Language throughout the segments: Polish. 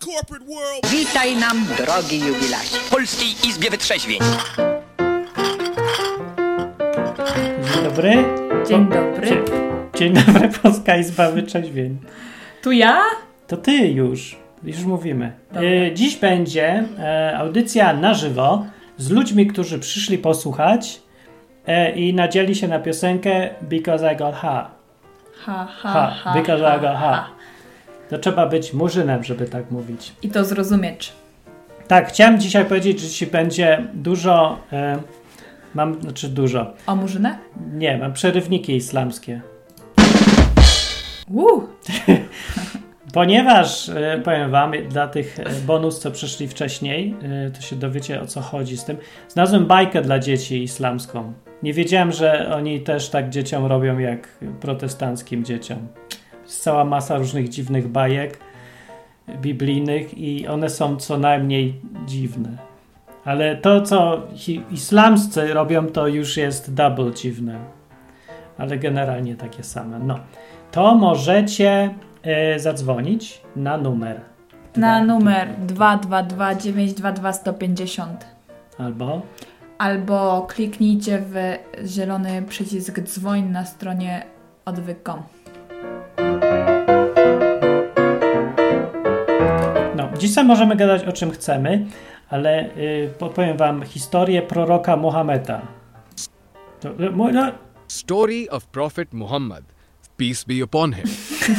Witaj nam, drogi jubilacie, w Polskiej Izbie Wytrzeźwień. Dzień dobry. Dzień dobry. Dzień dobry, Polska Izba Wytrzeźwień. Tu ja? To ty już mówimy. Dziś będzie audycja na żywo z ludźmi, którzy przyszli posłuchać i nadzieli się na piosenkę Because I Got Ha. Because I Got Ha. To trzeba być murzynem, żeby tak mówić. I to zrozumieć. Tak, chciałem dzisiaj powiedzieć, że dzisiaj będzie dużo... dużo. O murzynę? Nie, mam przerywniki islamskie. Ponieważ, powiem wam, dla tych bonus, co przyszli wcześniej, to się dowiecie, o co chodzi z tym. Znalazłem bajkę dla dzieci islamską. Nie wiedziałem, że oni też tak dzieciom robią, jak protestanckim dzieciom. Jest cała masa różnych dziwnych bajek biblijnych i one są co najmniej dziwne. Ale to, co islamscy robią, to już jest double dziwne. Ale generalnie takie same. No, to możecie zadzwonić na numer. Na numer 222 922 150. Albo kliknijcie w zielony przycisk dzwoń na stronie odwyk.com. No, dzisiaj możemy gadać o czym chcemy, ale powiem wam historię proroka Muhammeda. Story of Prophet Muhammad, peace be upon him.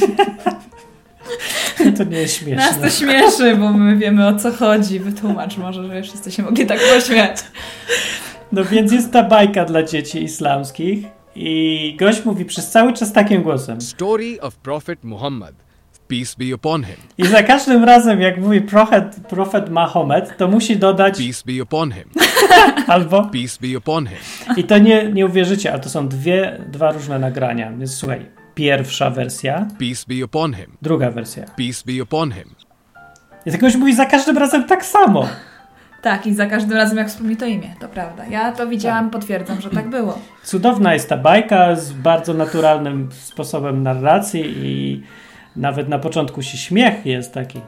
To nie jest śmieszne. Nas to śmieszy, bo my wiemy, o co chodzi. Wytłumacz może, że wszyscy się mogli tak pośmiać. No więc jest ta bajka dla dzieci islamskich i gość mówi przez cały czas takim głosem. Story of Prophet Muhammad, peace be upon him. I za każdym razem, jak mówi Prophet Mahomet, to musi dodać peace be upon him. Albo peace be upon him. I to nie uwierzycie, ale to są dwa różne nagrania. Więc słuchaj, pierwsza wersja. Peace be upon him. Druga wersja. Peace be upon him. I tak gość mówi za każdym razem tak samo. Tak, i za każdym razem jak wspomni to imię, to prawda. Ja to widziałam, potwierdzam, że tak było. Cudowna jest ta bajka z bardzo naturalnym sposobem narracji i nawet na początku śmiech jest taki.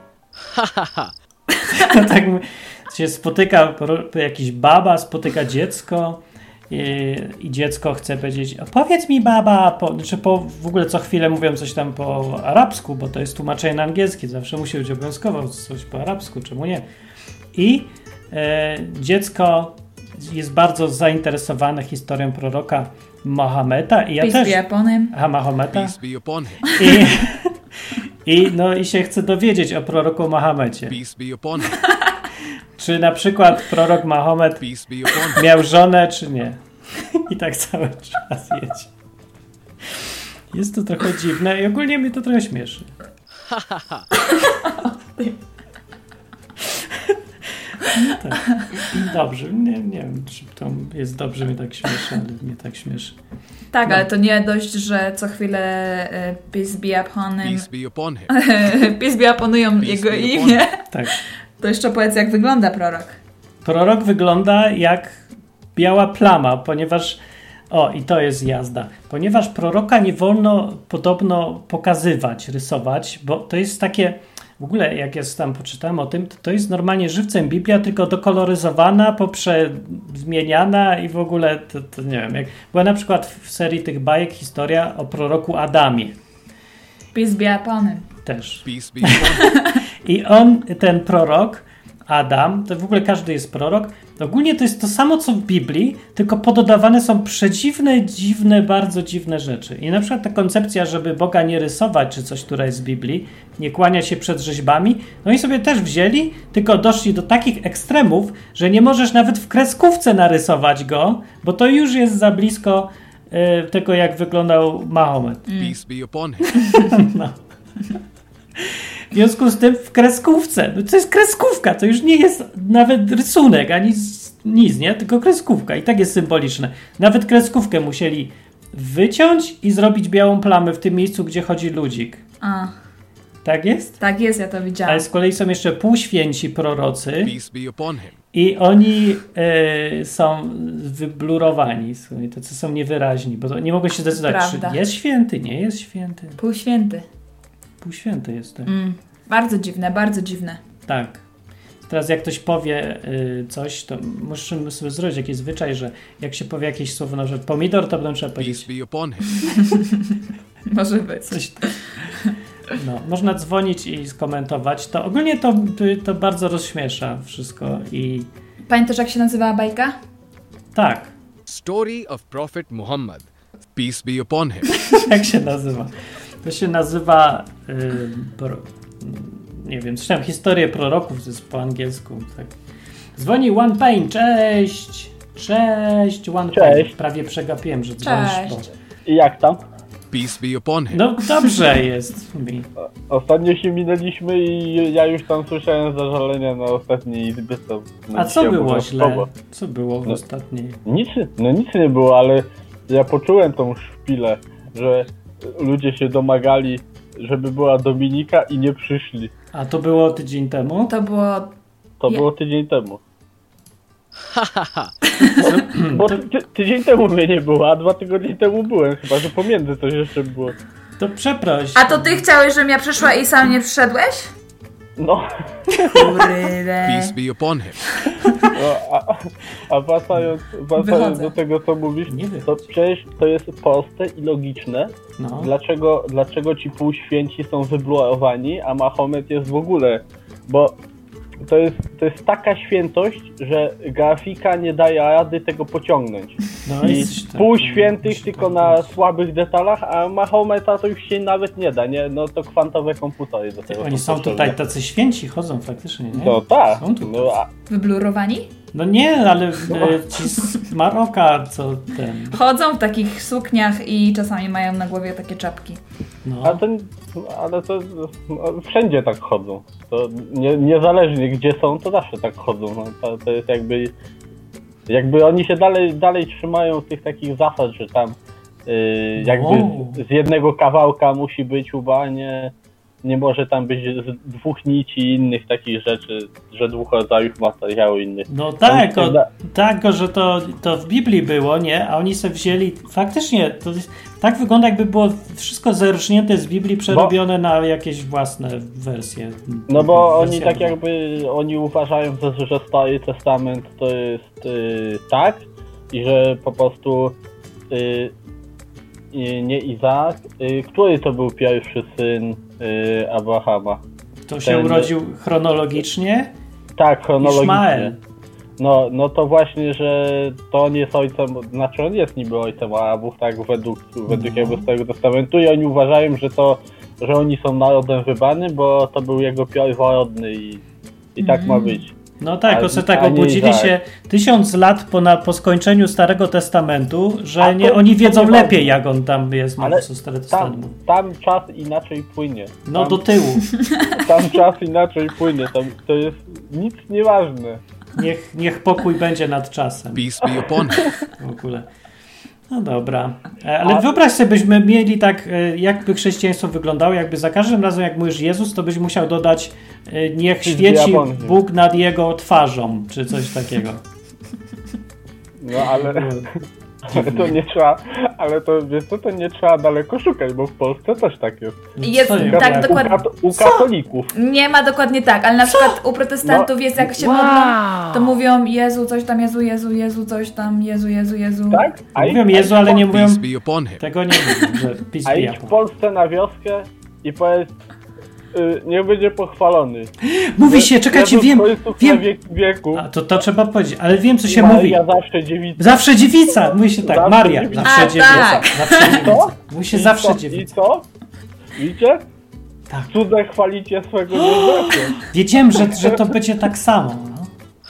Tak się spotyka jakiś baba, spotyka dziecko i dziecko chce powiedzieć: powiedz mi baba, w ogóle co chwilę mówią coś tam po arabsku, bo to jest tłumaczenie na angielski, zawsze musi być obowiązkowo coś po arabsku, czemu nie? I dziecko jest bardzo zainteresowane historią proroka Mahometa i ja Peace też... be upon him. Mahometa. Peace be upon him. I się chce dowiedzieć o proroku Mahomecie. Peace be upon him. Czy na przykład prorok Mahomet miał żonę, czy nie? I tak cały czas jedzie. Jest to trochę dziwne i ogólnie mnie to trochę śmieszy. No tak. Dobrze, nie wiem, czy to jest dobrze, mnie tak śmieszy, ale mnie tak śmieszy. Tak, no. Ale to nie dość, że co chwilę peace be upon him. Peace be upon him. Peace be uponują jego imię. Tak. To jeszcze powiedz, jak wygląda prorok. Prorok wygląda jak biała plama, ponieważ... i to jest jazda. Ponieważ proroka nie wolno podobno pokazywać, rysować, bo to jest takie... W ogóle, jak ja tam poczytałem o tym, to jest normalnie żywcem Biblia, tylko dokoloryzowana, zmieniana i w ogóle, to nie wiem. Była na przykład w serii tych bajek historia o proroku Adamie. Peace be upon him. Też. Peace be upon him. I ten prorok, Adam, to w ogóle każdy jest prorok, ogólnie to jest to samo, co w Biblii, tylko pododawane są dziwne, bardzo dziwne rzeczy. I na przykład ta koncepcja, żeby Boga nie rysować, czy coś, która jest w Biblii, nie kłaniać się przed rzeźbami, no i sobie też wzięli, tylko doszli do takich ekstremów, że nie możesz nawet w kreskówce narysować go, bo to już jest za blisko tego, jak wyglądał Mahomet. Peace be upon him. No. W związku z tym w kreskówce, to jest kreskówka, to już nie jest nawet rysunek, ani nic, nie? Tylko kreskówka i tak jest symboliczne. Nawet kreskówkę musieli wyciąć i zrobić białą plamę w tym miejscu, gdzie chodzi ludzik. Tak jest? Tak jest, ja to widziałam. Ale z kolei są jeszcze półświęci prorocy. Peace be upon him. I oni są wyblurowani, tacy są niewyraźni, bo nie mogą się zdecydować, czy jest święty, nie jest święty. Półświęty. Półświęty jest, tak. Bardzo dziwne, bardzo dziwne. Tak. Teraz jak ktoś powie coś, to musimy sobie zrobić jakiś zwyczaj, że jak się powie jakieś słowo, na przykład pomidor, to będą trzeba powiedzieć Peace be upon him. Może być. coś tam. No, można dzwonić i skomentować. To ogólnie to bardzo rozśmiesza wszystko i Pamiętasz, jak się nazywała bajka? tak, Story of Prophet Muhammad. Peace be upon him. jak się nazywa? To się nazywa nie wiem, coś tam historię proroków, to jest po angielsku. Tak. Dzwoni One Pain, cześć! Cześć, One Pain. Cześć. Prawie przegapiłem, że dzwonisz. Cześć. I jak tam? Peace be upon him. No dobrze jest mi. Ostatnio się minęliśmy i ja już tam słyszałem zażalenia na ostatniej izbie. To A co się było obowiązkowo. źle? Co było w No. ostatniej? Nic nie było, ale ja poczułem tą szpilę, że ludzie się domagali, żeby była Dominika i nie przyszli. A to było tydzień temu? To było... To Ja- było tydzień temu. Bo tydzień temu mnie nie było, a 2 tygodnie temu byłem, chyba że pomiędzy coś jeszcze było. To przeproś. A to ty chciałeś, żebym ja przyszła i sam nie przyszedłeś? No, Kurde. Peace be upon him. no a wracając Wychodzę. do tego, co mówisz, Nie to wychodź. przecież to jest proste i logiczne. No. Dlaczego ci półświęci są wyblokowani, a Mahomet jest w ogóle? Bo to jest taka świętość, że grafika nie daje rady tego pociągnąć. No I jest tak. półświętych tylko na słabych detalach, a Mahometa to już się nawet nie da, nie? No to kwantowe komputery do tego Oni są potrzebne. tutaj tacy święci, chodzą faktycznie, nie? No tak, Są tu no, a, Wyblurowani? No nie, ale ci z Maroka, co ten... Chodzą w takich sukniach i czasami mają na głowie takie czapki. No. ale to no, wszędzie tak chodzą. To niezależnie gdzie są, to zawsze tak chodzą. No, to jest jakby oni się dalej trzymają tych takich zasad, że tam jakby Wow. z jednego kawałka musi być uba, nie może tam być z 2 nici i innych takich rzeczy, że 2 rodzajów materiału innych. No tak, Oni się tak, że to w Biblii było, nie? A oni sobie wzięli, faktycznie, tak wygląda jakby było wszystko zerżnięte z Biblii, przerobione na jakieś własne wersje. No bo oni Wersja tak była. jakby, oni uważają, że Stary Testament to jest tak i że po prostu nie Izaak, który to był pierwszy syn Abrahama? To się ten- urodził chronologicznie? Tak, chronologicznie. Ishmael. No to właśnie, że to on jest ojcem, znaczy on jest niby ojcem Arabów, tak, według jakby Starego Testamentu i oni uważają, że oni są narodem wybranym, bo to był jego pierworodny i tak ma być. No tak, A- bo sobie tak a nie obudzili Izaak. się 1000 lat po skończeniu Starego Testamentu, że A to- oni wiedzą to lepiej, ważne. jak on tam jest, Ale co Stary Testament. tam czas inaczej płynie. No tam, do tyłu. Tam czas inaczej płynie, to jest nic nieważne. Niech pokój będzie nad czasem. Peace be upon him. W ogóle. No dobra. Ale wyobraź sobie, byśmy mieli tak, jakby chrześcijaństwo wyglądało, jakby za każdym razem, jak mówisz Jezus, to byś musiał dodać niech Czyli świeci diabol. Bóg nad jego twarzą, czy coś takiego. No ale to nie trzeba, ale to wiesz co, to nie trzeba daleko szukać, bo w Polsce też tak jest. Jest Co nie? tak U dokładnie. U katolików. Nie ma dokładnie tak, ale na przykład u protestantów jest, jak się modlą, to mówią Jezu, coś tam, Jezu, Jezu, Jezu, coś tam, Jezu, Jezu, Jezu. Tak? Mówią Jezu, ale nie mówią... Peace be upon him. Tego nie mówią, że A peace idź be w upon. Polsce na wioskę i powiedz, niech będzie pochwalony. Mówi się, czekajcie, Jezus wiem, Chrystus wiem. na wieki wieku. A to trzeba powiedzieć, ale wiem, co się I mówi. Maryja zawsze dziewica. Zawsze dziewica, mówi się tak, Zawsze Maria, dziewica. zawsze A, dziewica. tak. Zawsze dziewica. Co? Mówi się I zawsze co? dziewica. I co? Widzicie? Tak. Cudze chwalicie swego nieznacie. Wiedziałem, że to będzie tak samo. No.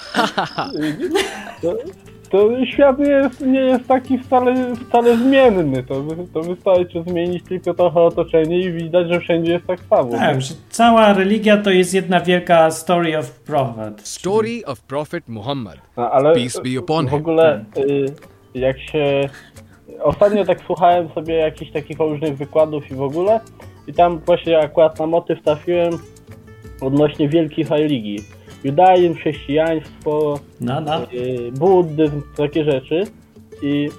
To świat nie jest taki wcale zmienny. To wystarczy zmienić tylko trochę otoczenie i widać, że wszędzie jest tak samo. Tak, że cała religia to jest jedna wielka story of prophet. Story of Prophet Muhammad. No, ale Peace be upon w him. ogóle jak się... Ostatnio tak słuchałem sobie jakichś takich różnych wykładów i w ogóle i tam właśnie akurat na motyw trafiłem odnośnie wielkich religii. Judaizm, chrześcijaństwo, No. buddyzm, takie rzeczy i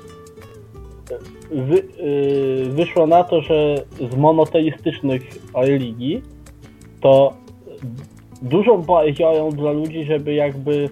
wyszło na to, że z monoteistycznych religii to dużo bają dla ludzi, żeby jakby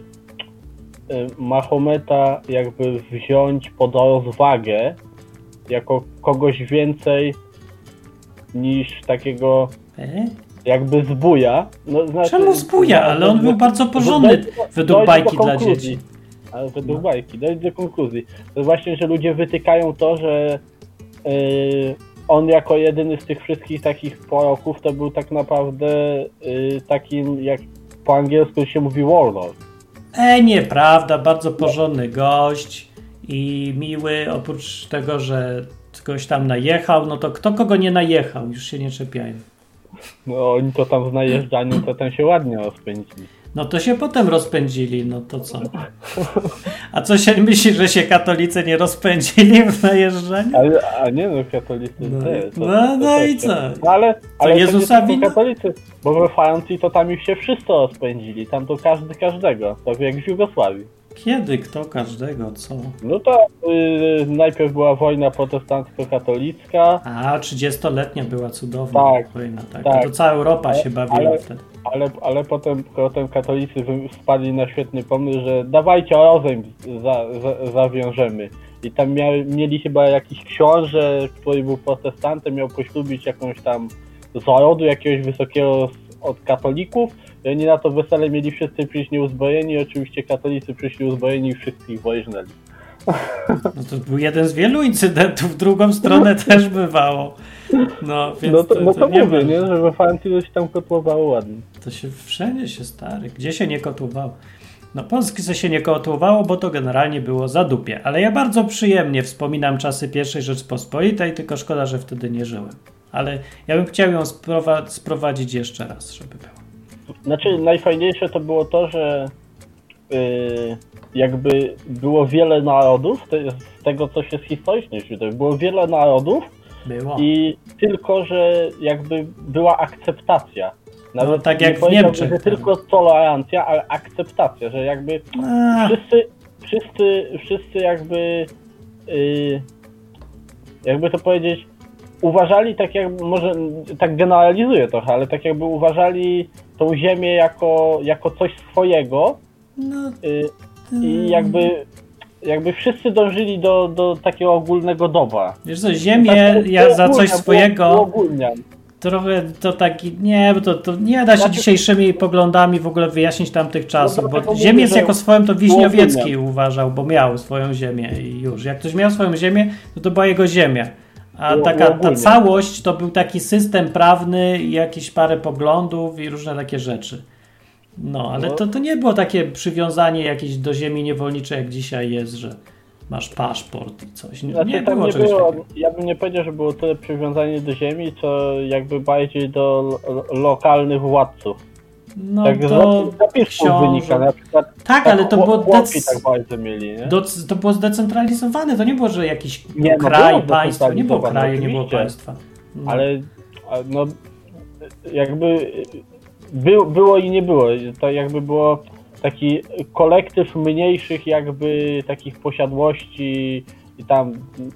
Mahometa jakby wziąć pod rozwagę jako kogoś więcej niż takiego jakby zbuja. No, znaczy, Czemu zbuja? Ale on był bardzo porządny według bajki dla dzieci. Ale według bajki, dojść do konkluzji. To właśnie, że ludzie wytykają to, że on jako jedyny z tych wszystkich takich proroków to był tak naprawdę takim, jak po angielsku się mówi, warlord. Nieprawda, bardzo porządny gość i miły, oprócz tego, że ktoś tam najechał, no to kto kogo nie najechał, już się nie czepiają. No oni to tam z najeżdżaniem to tam się ładnie rozpędzili. No to się potem rozpędzili, no to co? A co się myśli, że się katolicy nie rozpędzili w najeżdżaniu? A nie no, katolicy też. No i co? No, ale Jezusa to nie wina? katolicy, bo we Francji to tam już się wszyscy rozpędzili, tam to każdego, tak jak w Jugosławii. Kiedy? Kto? Każdego? Co? No to najpierw była wojna protestancko-katolicka. A, 30-letnia była cudowna wojna, tak. Tak. To cała Europa się bawiła wtedy. Ale potem katolicy wpadli na świetny pomysł, że dawajcie rozejm zawiążemy. I tam mieli chyba jakiś książę, który był protestantem, miał poślubić jakąś tam z rodu jakiegoś wysokiego od katolików. I oni na to wesele mieli wszyscy przyjść nieuzbrojeni i oczywiście katolicy przyszli uzbrojeni i wszystkich wojenżeli. No to był jeden z wielu incydentów, w drugą stronę też bywało. No, więc to nie mówię, wiem. nie? Że we Francji to się tam kotłowało ładnie. To się wszędzie się stary. Gdzie się nie kotłowało? No Polsce się nie kotłowało, bo to generalnie było za dupie. Ale ja bardzo przyjemnie wspominam czasy I Rzeczpospolitej, tylko szkoda, że wtedy nie żyłem. Ale ja bym chciał ją sprowadzić jeszcze raz, żeby było. Znaczy najfajniejsze to było to, że jakby było wiele narodów, z tego co się z historycznie źródeł, było wiele narodów i tylko, że jakby była akceptacja. Nawet no tak jak w Niemczech. Że tylko tolerancja, ale akceptacja, że jakby wszyscy jakby jakby to powiedzieć, uważali tak jak, może tak generalizuję trochę, ale tak jakby uważali tą ziemię jako coś swojego i jakby wszyscy dążyli do takiego ogólnego dobra. Wiesz co, ziemię ja za coś swojego ogólniam. Trochę to taki, nie, bo to nie da się dzisiejszymi poglądami w ogóle wyjaśnić tamtych czasów, bo ziemię jako swoją to Wiśniowiecki uważał, bo miał swoją ziemię i już. Jak ktoś miał swoją ziemię, to była jego ziemia. A ta całość to był taki system prawny i jakieś parę poglądów i różne takie rzeczy. No, ale to nie było takie przywiązanie jakieś do ziemi niewolniczej, jak dzisiaj jest, że masz paszport i coś. Nie było czegoś takiego. Ja bym nie powiedział, że było tyle przywiązanie do ziemi, co jakby bardziej do lokalnych władców. No tak to zapisków wynika, na przykład. Tak, ale to było tak bardzo mieli, nie? To było zdecentralizowane, to nie było, że jakiś kraj, państwo, nie było kraju, nie było państwa. No. Ale no jakby było i nie było. To jakby było taki kolektyw mniejszych jakby takich posiadłości i tam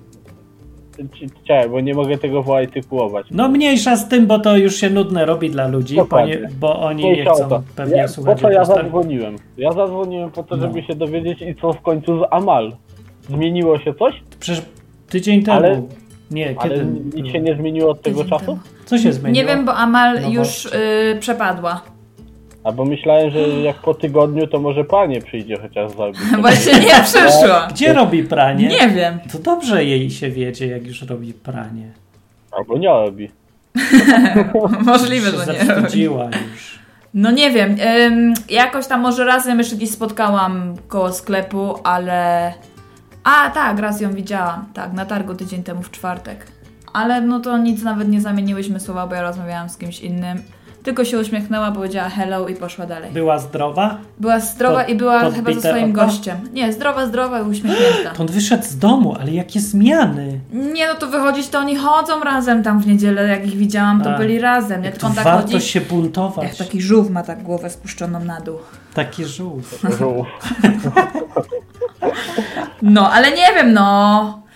bo nie mogę tego wyartykułować. No mniejsza z tym, bo to już się nudne robi dla ludzi, bo oni nie chcą pewnie słuchać. Po co ja zadzwoniłem? Ja zadzwoniłem po to, żeby się dowiedzieć i co w końcu z Amal. Zmieniło się coś? Przecież tydzień temu. Nie, ale kiedy? Nic się nie zmieniło od tego czasu? Co się zmieniło? Nie wiem, bo Amal już przepadła. A bo myślałem, że jak po tygodniu, to może pranie przyjdzie chociaż zrobić. Właśnie nie przyszła. Gdzie robi pranie? Nie wiem. To dobrze jej się wiedzie, jak już robi pranie. Albo nie robi. Możliwe, że nie robi. Już. No nie wiem. Jakoś tam może razem jeszcze gdzieś spotkałam koło sklepu, ale... A tak, raz ją widziałam. Tak, na targu tydzień temu w czwartek. Ale no to nic, nawet nie zamieniłyśmy słowa, bo ja rozmawiałam z kimś innym. Tylko się uśmiechnęła, powiedziała hello i poszła dalej. Była zdrowa? Była zdrowa i była chyba ze swoim gościem. Nie, zdrowa i uśmiechnięta. To on wyszedł z domu, ale jakie zmiany? Nie, no to wychodzić, to oni chodzą razem tam w niedzielę, jak ich widziałam, to byli razem. Jak to on tak warto chodzi, się buntować. Jak taki żółw ma tak głowę spuszczoną na dół. Taki żółw. No, ale nie wiem, no.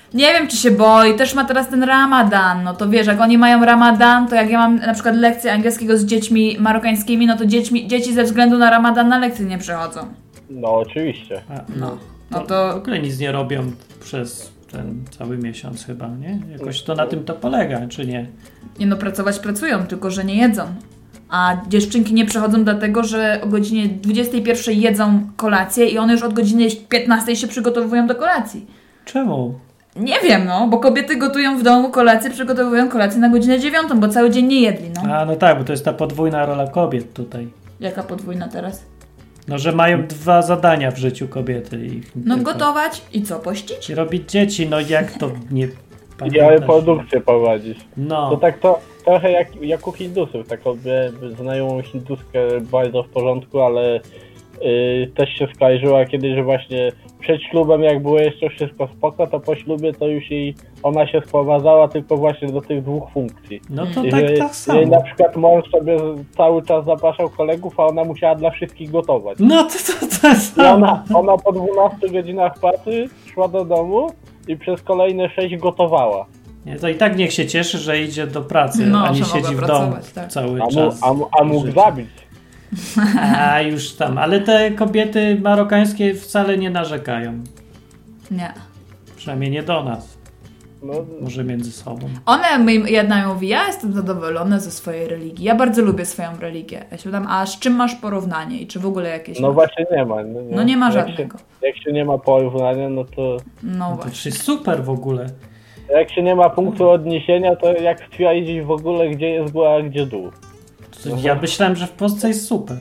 Nie wiem, czy się boi, też ma teraz ten Ramadan, no to wiesz, jak oni mają Ramadan, to jak ja mam na przykład lekcję angielskiego z dziećmi marokańskimi, no to dzieci ze względu na Ramadan na lekcje nie przychodzą. No oczywiście. No to... W ogóle nic nie robią przez ten cały miesiąc chyba, nie? Jakoś to na tym to polega, czy nie? Nie no, pracować pracują, tylko że nie jedzą. A dziewczynki nie przychodzą dlatego, że o godzinie 21 jedzą kolację i one już od godziny 15 się przygotowują do kolacji. Czemu? Nie wiem, no, bo kobiety gotują w domu kolację, przygotowują kolację na godzinę 9, bo cały dzień nie jedli, no. A, no tak, bo to jest ta podwójna rola kobiet tutaj. Jaka podwójna teraz? No, że mają 2 zadania w życiu kobiety. No tylko gotować i co, pościć? i robić dzieci, no jak to nie I pamiętasz? produkcję prowadzić. No, To tak to trochę jak u Hindusów. Tak znajomą hinduskę bardzo w porządku, ale też się skarżyła kiedyś, że właśnie przed ślubem jak było jeszcze wszystko spoko, to po ślubie to już ona się sprowadzała tylko właśnie do tych 2 funkcji. no to I tak że samo. jej na przykład mąż sobie cały czas zapraszał kolegów, a ona musiała dla wszystkich gotować. No to I samo. ona po 12 godzinach pracy szła do domu i przez kolejne 6 gotowała. Nie, to i tak niech się cieszy, że idzie do pracy, No, a nie że siedzi mogła w domu pracować, tak. cały A czas. mógł życia. zabić. A już tam, ale te kobiety marokańskie wcale nie narzekają. Nie. Przynajmniej nie do nas. No, Może między sobą. Jedna mówi, ja jestem zadowolona ze swojej religii. Ja bardzo lubię swoją religię. Ja się pytam, a z czym masz porównanie? I czy w ogóle jakieś no masz? właśnie nie ma. No nie ma Jak żadnego. Jak się nie ma porównania, no to No To właśnie. jest super w ogóle. jak się nie ma punktu odniesienia, to jak stwierdzić w ogóle, gdzie jest góra, a gdzie dół. Ja myślałem, że w Polsce jest super.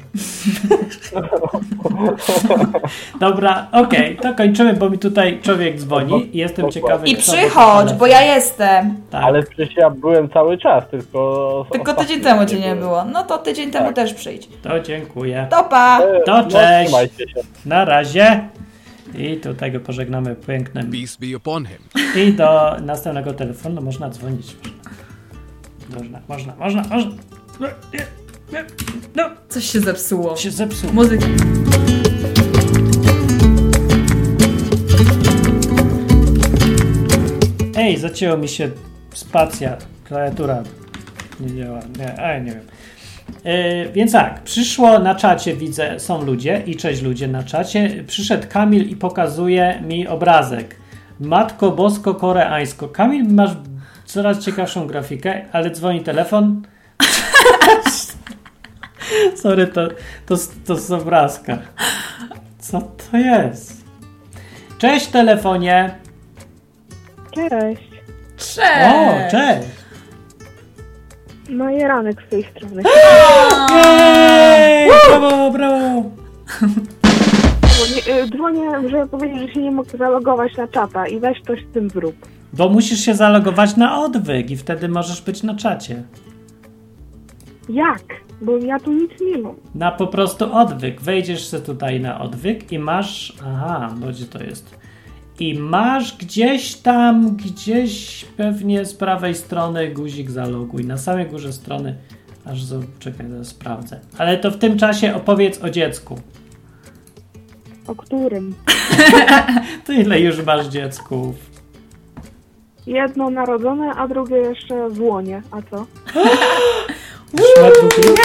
Dobra, okej, to kończymy, bo mi tutaj człowiek dzwoni i jestem ciekawy. I kto przychodź, to bo ja jestem. Tak. Ale przecież ja byłem cały czas, tylko... Tylko ostatnio tydzień temu cię nie byłem. było. No to tydzień temu też przyjdź. To dziękuję. To pa! To No, cześć. trzymajcie się. Na razie. I tutaj go pożegnamy pięknym. Peace be upon him. I do następnego telefonu można dzwonić. Można. No, Coś się zepsuło. się zepsuł. Muzyka. Ej, zacięło mi się spacja, klawiatura nie działa, nie wiem. Więc tak, przyszło na czacie, widzę, są ludzie i cześć ludzie na czacie. Przyszedł Kamil i pokazuje mi obrazek. Matko Bosko koreańsko. Kamil, masz coraz ciekawszą grafikę, ale dzwoni telefon. Sorry, to z obrazka. Co to jest? Cześć telefonie. Cześć. Cześć! O, cześć. No i ranek z tej strony. Jej! Brawo! Dzwonię, żeby powiedzieć, że się nie mogę zalogować na czata i weź coś z tym zrób. Bo musisz się zalogować na odwyk i wtedy możesz być na czacie. Jak? Bo ja tu nic nie mam. Na po prostu odwyk. Wejdziesz sobie tutaj na odwyk i masz... Aha, bo gdzie to jest? I masz gdzieś pewnie z prawej strony guzik zaloguj. Na samej górze strony czekaj, zaraz sprawdzę. Ale to w tym czasie opowiedz o dziecku. O którym? To ile już masz dziecków? Jedno narodzone, a drugie jeszcze w łonie. A co? Już ma drugie?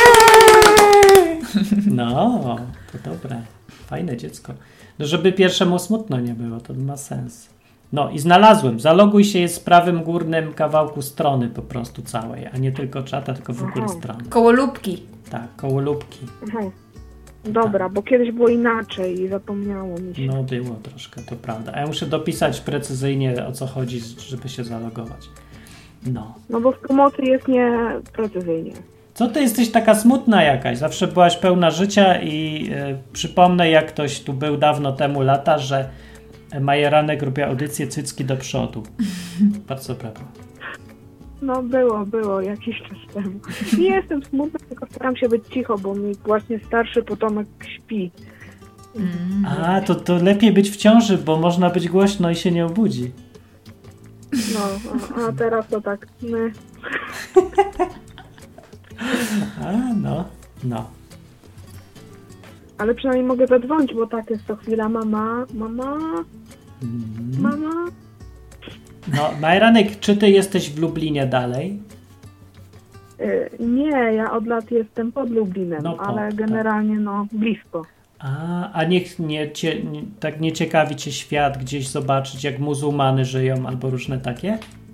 No, to dobre. Fajne dziecko. No, żeby pierwszemu smutno nie było, to ma sens. No i znalazłem. Zaloguj się jest w prawym górnym kawałku strony po prostu całej, a nie tylko czata, tylko w ogóle Aha. strony. Koło lubki. Tak, koło lubki. Aha. Dobra, bo kiedyś było inaczej i zapomniało mi się. No było troszkę, to prawda. A ja muszę dopisać precyzyjnie o co chodzi, żeby się zalogować. No. No bo w pomocy jest nieprecyzyjnie. Co ty jesteś taka smutna jakaś? Zawsze byłaś pełna życia i przypomnę, jak ktoś tu był dawno temu lata, że Majeranek robiła audycję Cycki do przodu. Bardzo brawo. No było jakiś czas temu. Nie jestem smutna, tylko staram się być cicho, bo mi właśnie starszy potomek śpi. A, to lepiej być w ciąży, bo można być głośno i się nie obudzi. No, a teraz to tak. My. A, no. Ale przynajmniej mogę zadzwonić, bo tak jest co chwila. Mama. No, Majranek, czy ty jesteś w Lublinie dalej? Nie, ja od lat jestem pod Lublinem, No, ale tak. generalnie blisko. A niech tak nie ciekawi cię świat gdzieś zobaczyć, jak muzułmany żyją albo różne takie?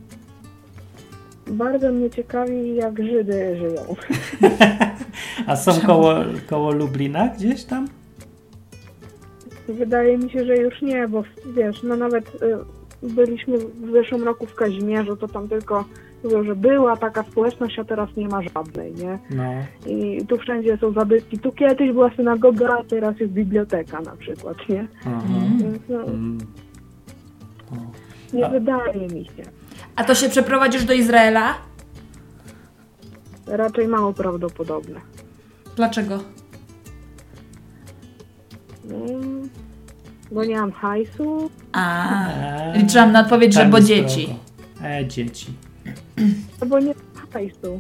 Bardzo mnie ciekawi, jak Żydy żyją. A są koło Lublina gdzieś tam? Wydaje mi się, że już nie, bo wiesz, nawet byliśmy w zeszłym roku w Kazimierzu, to tam tylko mówią, że była taka społeczność, a teraz nie ma żadnej, nie? No. I tu wszędzie są zabytki. Tu kiedyś była synagoga, a teraz jest biblioteka na przykład, nie? Aha. Więc nie A- wydaje mi się. A to się przeprowadzisz do Izraela? Raczej mało prawdopodobne. Dlaczego? Bo nie mam hajsu. Liczyłam na odpowiedź, że Tam bo jest dzieci. drogo. Dzieci. Bo nie mam hajsu.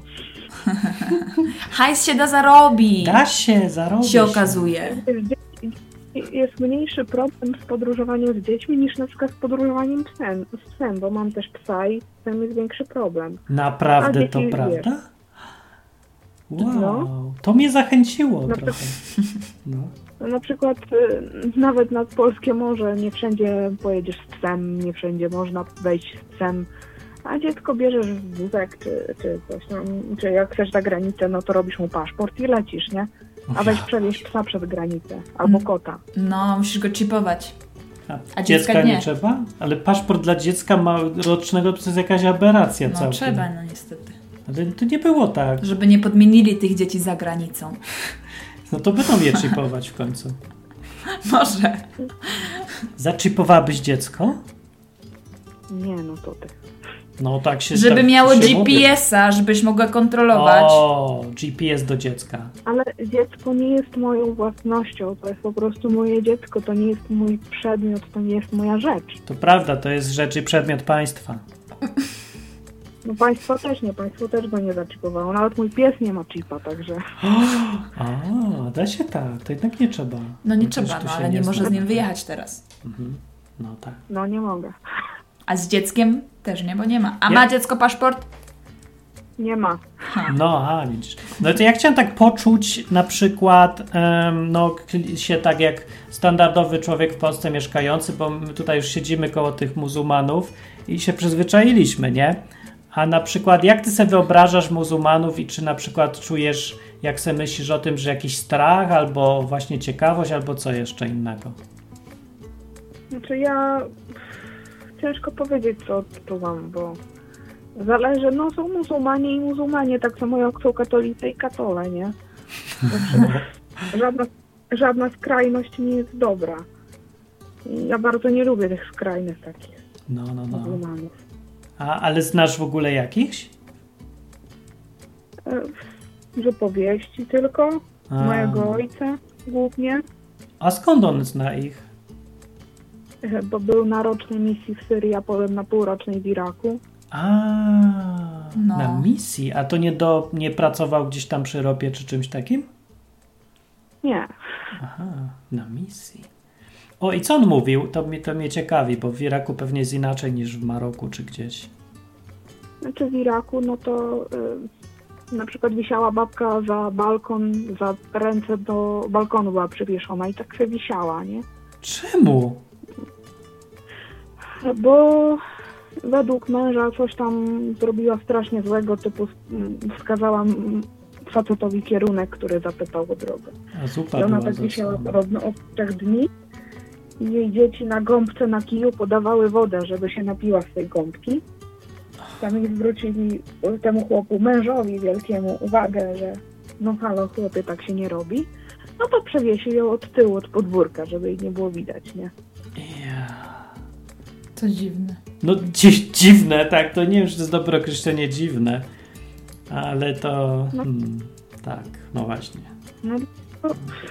Hajs się da zarobić. Da się zarobić. Się okazuje. Jest mniejszy problem z podróżowaniem z dziećmi niż na przykład z podróżowaniem z psem, bo mam też psa i z psem jest większy problem. Naprawdę A to dzieci, prawda? wiesz. Wow, No. to mnie zachęciło Na trochę. No. Na przykład nawet nad polskie morze nie wszędzie pojedziesz z psem, nie wszędzie można wejść z psem, a dziecko bierzesz w wózek czy coś tam, czy jak chcesz za granicę, no to robisz mu paszport i lecisz, nie? A weź przewieźć psa przez granicę, albo kota. No, musisz go chipować. A dziecka dziecka nie nie. trzeba? Ale paszport dla dziecka rocznego to jest jakaś aberracja No całkiem. trzeba, no niestety. Ale to nie było tak. Żeby nie podmienili tych dzieci za granicą. No to będą je chipować w końcu. Może. Zaczipowałabyś dziecko? Nie, no to ty. No tak się... Żeby tak miało się GPS-a, żebyś mogła mówi. kontrolować. O, GPS do dziecka. Ale dziecko nie jest moją własnością, to jest po prostu moje dziecko, to nie jest mój przedmiot, to nie jest moja rzecz. To prawda, to jest rzecz i przedmiot państwa. No państwo też go nie zaczipowało, nawet mój pies nie ma chipa, także... A, da się tak, to jednak nie trzeba. No nie Przecież trzeba, tu no się ale nie może zna. z nim wyjechać teraz. No tak. No nie mogę. A z dzieckiem też nie, bo nie ma. A Nie. ma dziecko paszport? Nie ma. No, widzisz. No to ja chciałem tak poczuć na przykład się tak jak standardowy człowiek w Polsce mieszkający, bo my tutaj już siedzimy koło tych muzułmanów i się przyzwyczailiśmy, nie? A na przykład jak ty sobie wyobrażasz muzułmanów i czy na przykład czujesz, jak sobie myślisz o tym, że jakiś strach albo właśnie ciekawość, albo co jeszcze innego? Znaczy ciężko powiedzieć, co odczuwam, bo zależy, no są muzułmanie i muzułmanie, tak samo jak są katolicy i katole, nie? Znaczy, żadna skrajność nie jest dobra. I ja bardzo nie lubię tych skrajnych takich No. muzułmanów. Ale znasz w ogóle jakichś? Z opowieści tylko, mojego ojca głównie, A skąd on zna ich? bo był na rocznej misji w Syrii, a potem na półrocznej w Iraku. No. Na misji? A to nie pracował gdzieś tam przy ropie czy czymś takim? Nie. Aha, na misji. O, i co on mówił? To mnie ciekawi, bo w Iraku pewnie jest inaczej niż w Maroku czy gdzieś. Znaczy w Iraku, no to na przykład wisiała babka za balkon, za ręce do balkonu była przywieszona i tak się wisiała, nie? Czemu? Bo według męża coś tam zrobiła strasznie złego, typu wskazała facetowi kierunek, który zapytał o drogę. A zupa I ona była tak ze wisiała sobą. podobno od 3 dni i jej dzieci na gąbce na kiju podawały wodę, żeby się napiła z tej gąbki. Tam ich zwrócili temu chłopu, mężowi wielkiemu, uwagę, że no halo chłopie, tak się nie robi. No to przewiesił ją od tyłu, od podwórka, żeby jej nie było widać, nie? To dziwne. No dziwne, tak, to nie wiem, czy to jest dobre określenie dziwne, ale to tak, no właśnie. No to...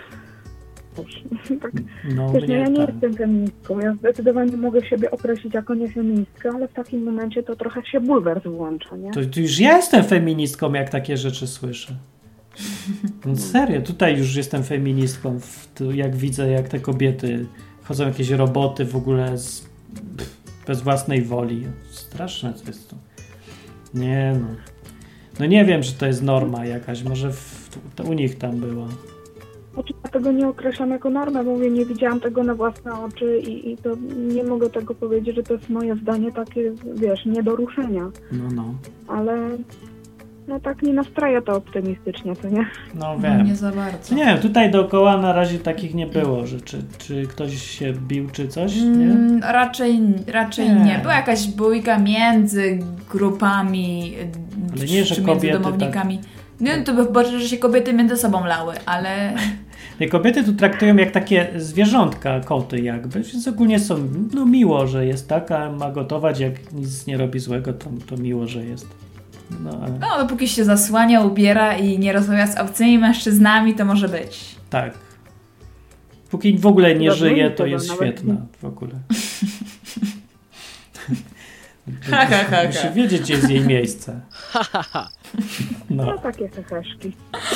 tak. No, Wiesz, no ja nie tam. jestem feministką, ja zdecydowanie mogę siebie określić jako niefeministkę, ale w takim momencie to trochę się bulwers włącza, nie? To już ja jestem feministką, jak takie rzeczy słyszę. No serio, tutaj już jestem feministką, jak widzę, jak te kobiety chodzą jakieś roboty w ogóle bez własnej woli. Straszne to jest to. Nie no. No nie wiem, czy to jest norma jakaś. Może u nich tam była. Znaczy, ja tego nie określam jako normę, mówię, nie widziałam tego na własne oczy i to nie mogę tego powiedzieć, że to jest moje zdanie takie, wiesz, nie do ruszenia. No. Ale no tak nie nastraja to optymistycznie, to nie? No No, wiem. nie za bardzo. Nie wiem, tutaj dookoła na razie takich nie było, że czy ktoś się bił, czy coś, nie? Raczej Nie. nie. Była jakaś bójka między grupami, Ale nie, że czy między kobiety domownikami. Nie, to by chyba, że się kobiety między sobą lały, ale Te kobiety tu traktują jak takie zwierzątka, koty jakby, więc ogólnie są, no miło, że jest taka, ma gotować, jak nic nie robi złego, to miło, że jest. No, ale no, dopóki się zasłania, ubiera i nie rozmawia z obcymi mężczyznami, to może być. tak. Póki w ogóle nie Dobra, żyje, nie to tego jest nawet świetna w ogóle. Ha, ha, ha, Musi ha. wiedzieć, gdzie jest jej miejsce. No. No takie heheszki.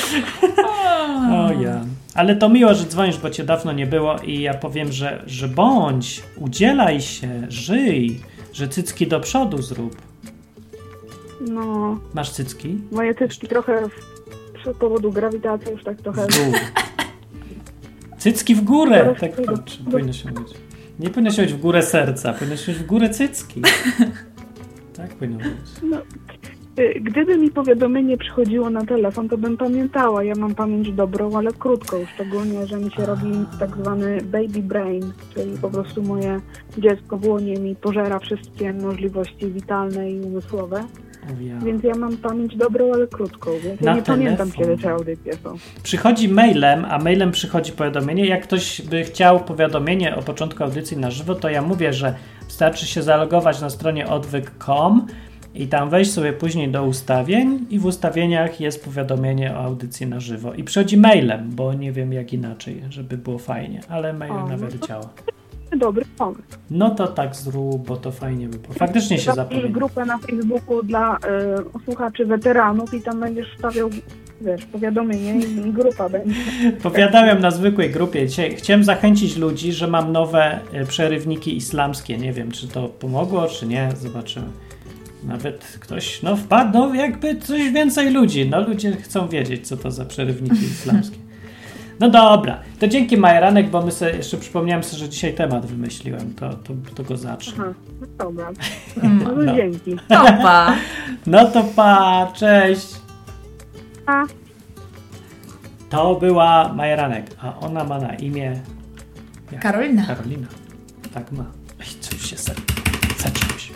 O ja. Ale to miło, że dzwonisz, bo cię dawno nie było i ja powiem, że bądź, udzielaj się, żyj, że cycki do przodu zrób. No, Masz cycki? moje cycki trochę z powodu grawitacji już tak trochę... W dół. Cycki w górę! Teraz Tak pójdę. powinno się być. Nie powinno się być w górę serca, powinno się być w górę cycki. Tak powinno być. No, gdyby mi powiadomienie przychodziło na telefon, to bym pamiętała. Ja mam pamięć dobrą, ale krótką, szczególnie, że mi się robi tak zwany baby brain, czyli po prostu moje dziecko w łonie mi pożera wszystkie możliwości witalne i umysłowe. O ja. Więc ja mam pamięć dobrą, ale krótką, więc Na ja nie pamiętam, telefon. kiedy te audycje są. Przychodzi mailem, a mailem przychodzi powiadomienie. Jak ktoś by chciał powiadomienie o początku audycji na żywo, to ja mówię, że wystarczy się zalogować na stronie odwyk.com i tam wejść sobie później do ustawień i w ustawieniach jest powiadomienie o audycji na żywo. I przychodzi mailem, bo nie wiem jak inaczej, żeby było fajnie, ale mailem nawet działa. Dobry pomysł. No to tak zrób, bo to fajnie by było. Faktycznie się Zapisz zapomina. grupę na Facebooku dla słuchaczy weteranów i tam będziesz wstawiał, wiesz, powiadomienie i grupa będzie. Powiadałem na zwykłej grupie. Dzisiaj chciałem zachęcić ludzi, że mam nowe przerywniki islamskie. Nie wiem, czy to pomogło, czy nie. Zobaczymy. Nawet ktoś, wpadł, jakby coś więcej ludzi. Ludzie chcą wiedzieć, co to za przerywniki islamskie. No dobra, to dzięki Majeranek, bo my sobie, jeszcze przypomniałem sobie, że dzisiaj temat wymyśliłem. To go zacznę. Aha, no dobra. No. No dzięki. Opa! No to pa, cześć! A. To była Majeranek, a ona ma na imię... jak? Karolina. Karolina. Tak ma. Ej, coś się zacięło się.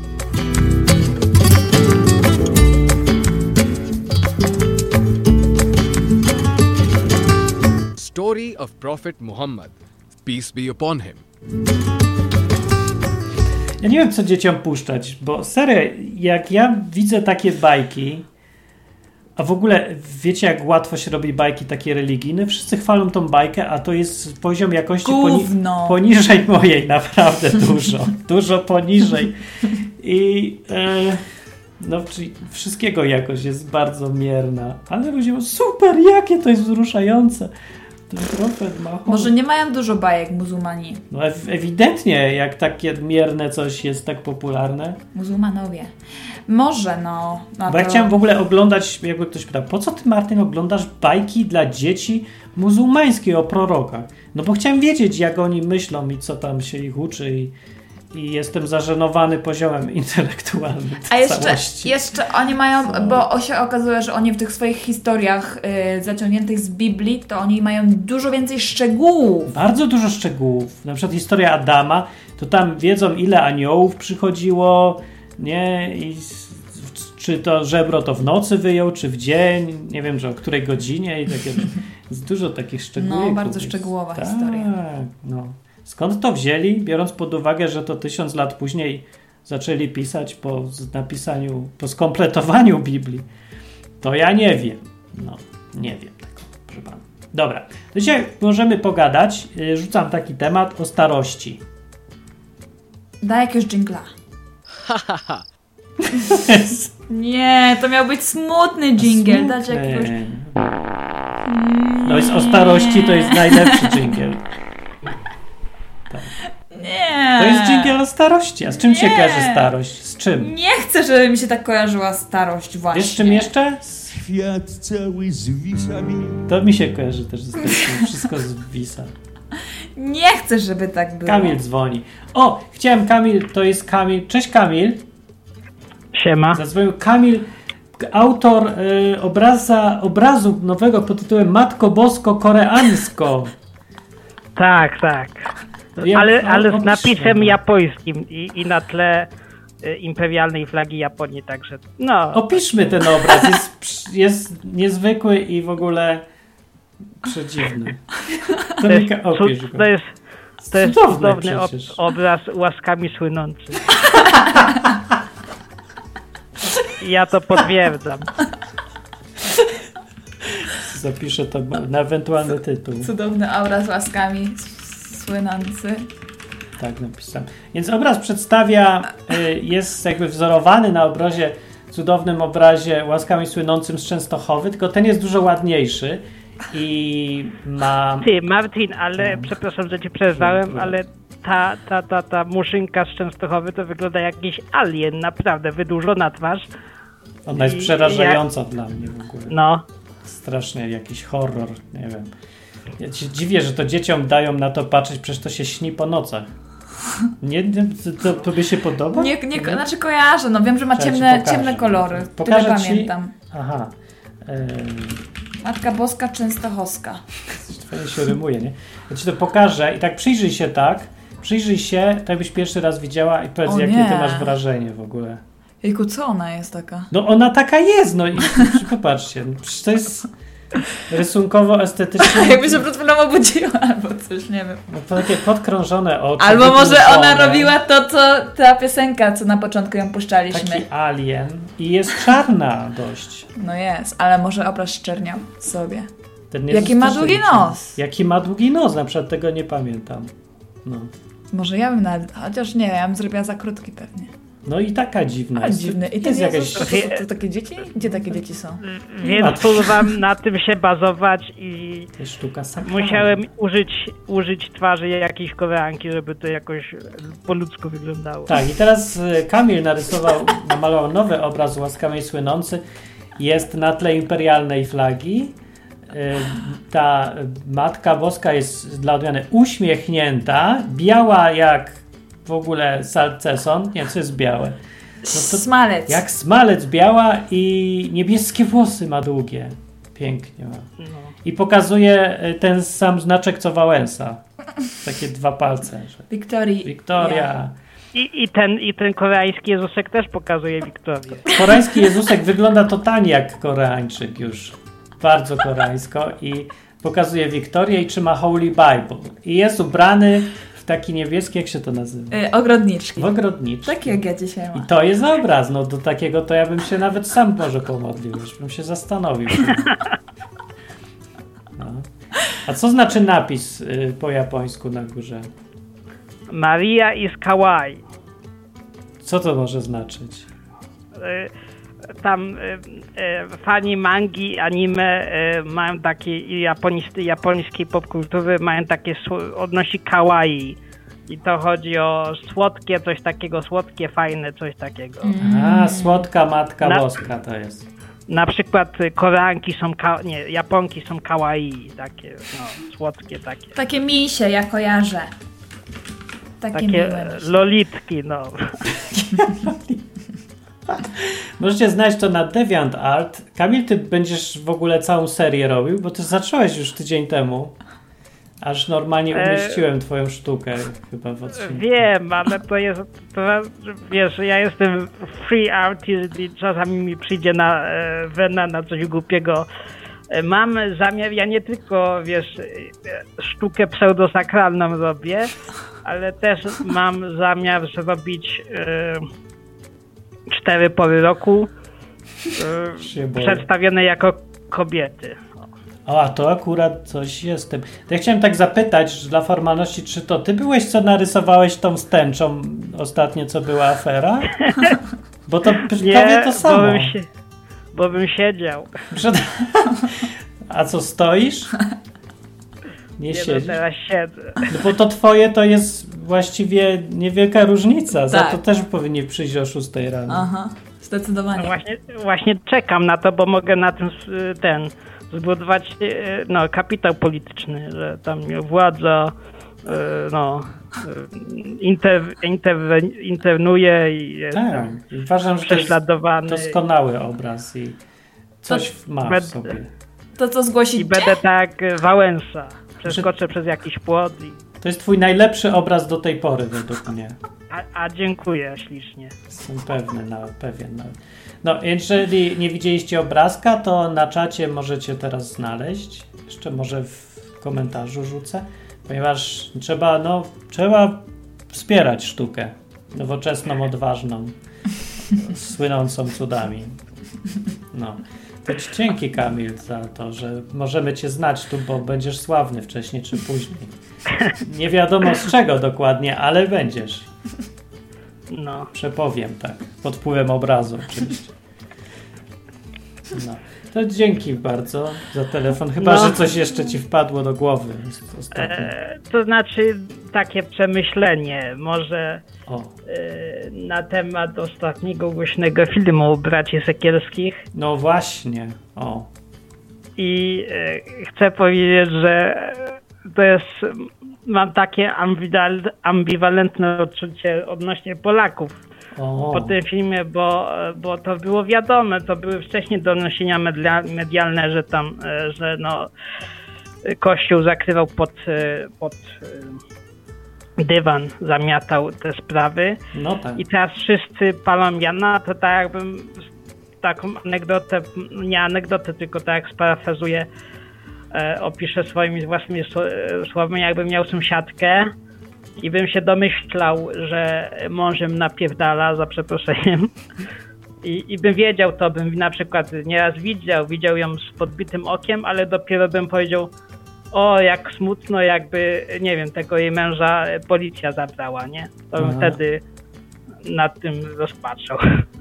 Story of Prophet Muhammad, peace be upon him. Ja nie wiem, co dzieciom puszczać, bo serio, jak ja widzę takie bajki, a w ogóle wiecie, jak łatwo się robi bajki takie religijne? Wszyscy chwalą tą bajkę, a to jest poziom jakości Gówno. poniżej mojej, naprawdę dużo. Dużo poniżej. I czyli wszystkiego jakość jest bardzo mierna. Ale ludzie mówią, super, jakie to jest wzruszające. Ten profet ma... Może nie mają dużo bajek muzułmani. No ewidentnie, jak takie mierne coś jest tak popularne. Muzułmanowie. Może, no. Bo ja chciałem w ogóle oglądać, jakby ktoś pytał, po co ty, Martin, oglądasz bajki dla dzieci muzułmańskie o prorokach? No bo chciałem wiedzieć, jak oni myślą i co tam się ich uczy i jestem zażenowany poziomem intelektualnym A całości. jeszcze oni mają, bo się okazuje, że oni w tych swoich historiach zaciągniętych z Biblii, to oni mają dużo więcej szczegółów. Bardzo dużo szczegółów. Na przykład historia Adama, to tam wiedzą, ile aniołów przychodziło, nie? I czy to żebro to w nocy wyjął, czy w dzień, nie wiem, że o której godzinie i takie. Jest dużo takich szczegółów. No, bardzo szczegółowa historia. No. Skąd to wzięli, biorąc pod uwagę, że to 1000 lat później zaczęli pisać po napisaniu, po skompletowaniu Biblii? To ja nie wiem. No, nie wiem tego, proszę pana. Dobra, to dzisiaj możemy pogadać. Rzucam taki temat o starości. Daj jakiegoś dżingla. Nie, to miał być smutny dżingiel. Dać jakiegoś... No jest o starości, to jest najlepszy dżingiel. Tak. Nie, Nie. To jest dżingiel o starości. A z czym się kojarzy starość? Z czym? Nie chcę, żeby mi się tak kojarzyła starość właśnie. Wiesz z czym jeszcze? Świat cały zwisa mi. To mi się kojarzy też z tym. Wszystko zwisa. Nie chcę, żeby tak było. Kamil dzwoni. O, chciałem Kamil, to jest Kamil. Cześć Kamil. Siema. Zadzwonił Kamil, autor obrazu nowego pod tytułem Matko Bosko Koreańsko. Tak. Ale z opisz napisem to. japońskim i na tle imperialnej flagi Japonii, także no. Opiszmy ten obraz. Jest niezwykły i w ogóle przedziwny. Opisz go. To jest Cudowny cudowny przecież. obraz łaskami słynący. Ja to potwierdzam. Zapiszę to na ewentualny tytuł. Cudowny obraz łaskami słynący. Tak napisałem. Więc obraz przedstawia, jest jakby wzorowany na cudownym obrazie łaskami słynącym z Częstochowy, tylko ten jest dużo ładniejszy i ma... Ty, Martin, ale przepraszam, że ci przerwałem, ale ta muszynka z Częstochowy to wygląda jak jakiś alien, naprawdę wydłużona twarz. Ona jest przerażająca dla mnie w ogóle. No. Strasznie jakiś horror, nie wiem. Ja się dziwię, że to dzieciom dają na to patrzeć, przecież to się śni po nocach. Nie, to tobie się podoba? Znaczy kojarzę, no wiem, że ma Czekaj, ci ciemne pokażę. kolory. Pokażę Tyle ci- pamiętam. Aha. Matka Boska Częstochowska. Fajnie się rymuje, nie? Ja ci to pokażę i tak przyjrzyj się, tak jakbyś pierwszy raz widziała i powiedz, O jakie nie. ty masz wrażenie w ogóle. Jejku, co ona jest taka? No ona taka jest, no i popatrzcie, no, przecież to jest rysunkowo, estetycznie. Jakby się przed chwilą obudziła albo coś, nie wiem. No to takie podkrążone oczy. Albo może ona wydłużone, robiła to, co ta piosenka, co na początku ją puszczaliśmy. taki alien i jest czarna dość. No jest, ale może obraz szczerniał sobie. Ten Jaki Jezus ma też długi taki- nos. Jaki ma długi nos, na przykład tego nie pamiętam. No. Może ja bym nawet, chociaż nie, ja bym zrobiła za krótki pewnie. No i taka dziwna. Ale dziwny. I ten jest Jezus, jakaś... to takie dzieci? Gdzie takie dzieci są? Więc próbowałem na tym się bazować i To jest sztuka sakralna. musiałem użyć twarzy jakiejś Koreanki, żeby to jakoś po ludzku wyglądało. Tak, i teraz Kamil namalował nowy obraz łaskawej słynący. Jest na tle imperialnej flagi. Ta Matka Boska jest dla odmiany uśmiechnięta, biała jak w ogóle salceson. Nie, co jest białe? No to Smalec. jak smalec biała i niebieskie włosy ma długie. Pięknie ma. I pokazuje ten sam znaczek co Wałęsa. Takie dwa palce. Że Wiktoria. I ten koreański Jezusek też pokazuje Wiktorię. Koreański Jezusek wygląda totalnie jak Koreańczyk już. Bardzo koreańsko i pokazuje Wiktorię i trzyma Holy Bible. I jest ubrany w taki niebieski, jak się to nazywa? Ogrodniczki. W ogrodniczki. Tak jak ja dzisiaj I mam. to jest obraz. No do takiego to ja bym się nawet sam może pomodlił. Już bym się zastanowił. No. A co znaczy napis po japońsku na górze? Maria is kawaii. Co to może znaczyć? Tam fani mangi, anime mają takie i japońskiej popkultury mają takie odnosi kawaii. I to chodzi o słodkie, coś takiego, słodkie, fajne, coś takiego. A, słodka Matka Boska to jest. Na przykład Koreanki są, Japonki są kawaii, takie, no, słodkie takie. Takie misie, ja kojarzę. Takie miłe misie. Lolitki, no. Możecie znaleźć to na DeviantArt. Kamil, ty będziesz w ogóle całą serię robił, bo ty zacząłeś już tydzień temu. Aż normalnie umieściłem twoją sztukę chyba w odcinku. Wiem, ale to jest, wiesz, ja jestem free artist i czasami mi przyjdzie na wena na coś głupiego. Mam zamiar, ja nie tylko, wiesz, sztukę pseudosakralną robię, ale też mam zamiar zrobić 4 pory roku przedstawione jako kobiety. O, a to akurat coś jest tym. To ja chciałem tak zapytać, że dla formalności, czy to ty byłeś, co narysowałeś tą stęczą ostatnio, co była afera? Bo to prawie to samo. Bo bym siedział. A co, stoisz? Nie no, siedzisz? teraz siedzę. No bo to twoje to jest właściwie niewielka różnica. Za Tak. to też powinni przyjść o 6 rano. Aha, zdecydowanie. Właśnie czekam na to, bo mogę na tym zbudować kapitał polityczny, że tam władza internuje i jest Tak, i uważam, że to jest prześladowany. doskonały obraz i coś ma w sobie. To co zgłosić? I będę tak Wałęsa. Przeskoczę przez jakiś płot. To jest twój najlepszy obraz do tej pory, według mnie. A dziękuję ślicznie. Jestem pewien. No, jeżeli nie widzieliście obrazka, to na czacie możecie teraz znaleźć. Jeszcze może w komentarzu rzucę, ponieważ trzeba wspierać sztukę nowoczesną, odważną, słynącą cudami. No. To ci dzięki, Kamil, za to, że możemy cię znać tu, bo będziesz sławny wcześniej czy później. Nie wiadomo z czego dokładnie, ale będziesz. No. Przepowiem, tak. Pod wpływem obrazu oczywiście. No. To dzięki bardzo za telefon. Chyba, że coś jeszcze ci wpadło do głowy ostatnio. To znaczy takie przemyślenie może O. Na temat ostatniego głośnego filmu Braci Sekielskich. No właśnie. O. I chcę powiedzieć, że to jest... Mam takie ambiwalentne odczucie odnośnie Polaków po tym filmie, bo to było wiadome, to były wcześniej doniesienia medialne, że tam, że Kościół zakrywał pod dywan, zamiatał te sprawy. No tak. I teraz wszyscy palą Jana, to tak jakbym taką anegdotę, nie anegdotę, tylko tak jak sparafrazuję, opiszę swoimi własnymi słowami, jakbym miał sąsiadkę i bym się domyślał, że mążem napierdala, za przeproszeniem, i bym wiedział to, bym na przykład nieraz widział ją z podbitym okiem, ale dopiero bym powiedział, o jak smutno, jakby, nie wiem, tego jej męża policja zabrała, nie? To bym wtedy nad tym rozpatrzał.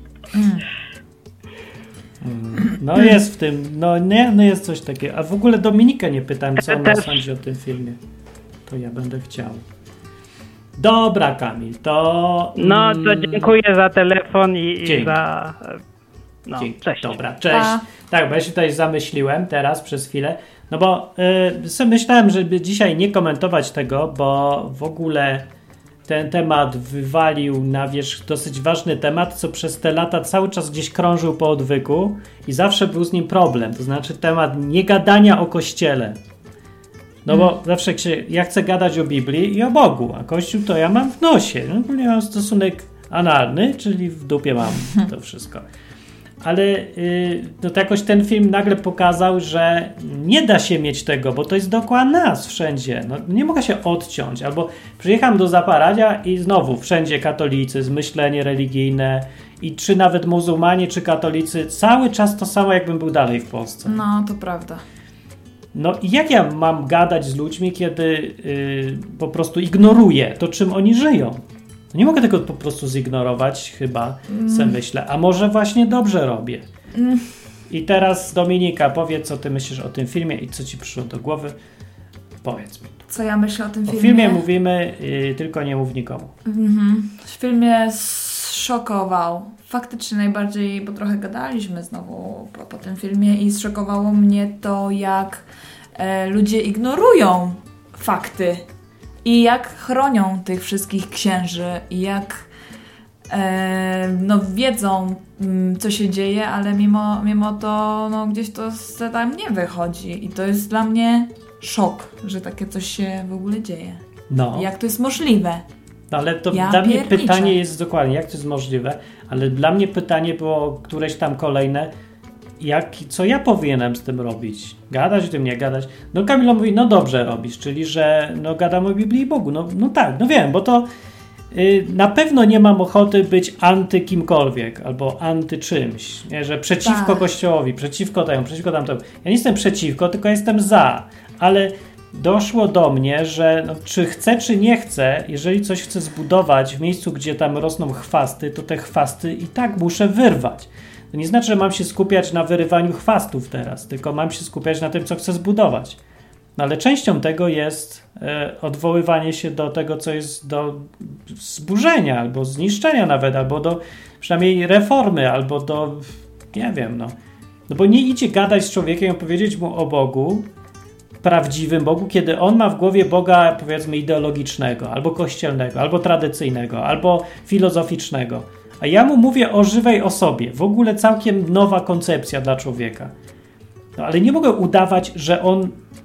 No jest w tym, no jest coś takiego. A w ogóle Dominika nie pytałem, co ona sądzi o tym filmie. To ja będę chciał. Dobra, Kamil, to... No, to dziękuję za telefon i za... cześć. Dobra, cześć. Tak, bo ja się tutaj zamyśliłem teraz przez chwilę, no bo sobie myślałem, żeby dzisiaj nie komentować tego, bo w ogóle ten temat wywalił na wierzch dosyć ważny temat, co przez te lata cały czas gdzieś krążył po odwyku i zawsze był z nim problem, to znaczy temat niegadania o Kościele. No bo zawsze ja chcę gadać o Biblii i o Bogu, a Kościół to ja mam w nosie. No, nie mam stosunek analny, czyli w dupie mam to wszystko. Ale to jakoś ten film nagle pokazał, że nie da się mieć tego, bo to jest dookoła nas wszędzie. No, nie mogę się odciąć. Albo przyjechałem do Zaparadzia i znowu wszędzie katolicyzm, myślenie religijne i czy nawet muzułmanie, czy katolicy, cały czas to samo, jakbym był dalej w Polsce. No, to prawda. No i jak ja mam gadać z ludźmi, kiedy po prostu ignoruję to, czym oni żyją? No nie mogę tego po prostu zignorować, chyba, se myślę. A może właśnie dobrze robię. I teraz Dominika, powiedz, co ty myślisz o tym filmie i co ci przyszło do głowy. Powiedz mi. Co ja myślę o tym filmie? O filmie mówimy, tylko nie mów nikomu. Film mnie zszokował. Faktycznie najbardziej, bo trochę gadaliśmy znowu po tym filmie i zszokowało mnie to, jak ludzie ignorują fakty i jak chronią tych wszystkich księży i jak wiedzą, co się dzieje, ale mimo to gdzieś to tam nie wychodzi i to jest dla mnie szok, że takie coś się w ogóle dzieje. No. Jak to jest możliwe? No, ale to dla mnie pytanie jest dokładnie, jak to jest możliwe, ale dla mnie pytanie było któreś tam kolejne, co ja powinienem z tym robić? Gadać o tym, nie gadać? No Kamilo mówi, no dobrze robisz, czyli że gadam o Biblii i Bogu. No tak, wiem, bo to na pewno nie mam ochoty być anty kimkolwiek albo anty czymś, nie? Że przeciwko Kościołowi, przeciwko temu, przeciwko tamtemu. Ja nie jestem przeciwko, tylko jestem za, ale doszło do mnie, że czy chcę, czy nie chcę, jeżeli coś chcę zbudować w miejscu, gdzie tam rosną chwasty, to te chwasty i tak muszę wyrwać. To nie znaczy, że mam się skupiać na wyrywaniu chwastów teraz, tylko mam się skupiać na tym, co chcę zbudować. No ale częścią tego jest odwoływanie się do tego, co jest do zburzenia, albo zniszczenia nawet, albo do przynajmniej reformy, albo do, nie wiem, no bo nie idzie gadać z człowiekiem i powiedzieć mu o Bogu, prawdziwym Bogu, kiedy on ma w głowie Boga, powiedzmy, ideologicznego, albo kościelnego, albo tradycyjnego, albo filozoficznego. A ja mu mówię o żywej osobie. W ogóle całkiem nowa koncepcja dla człowieka. No, ale nie mogę udawać, że on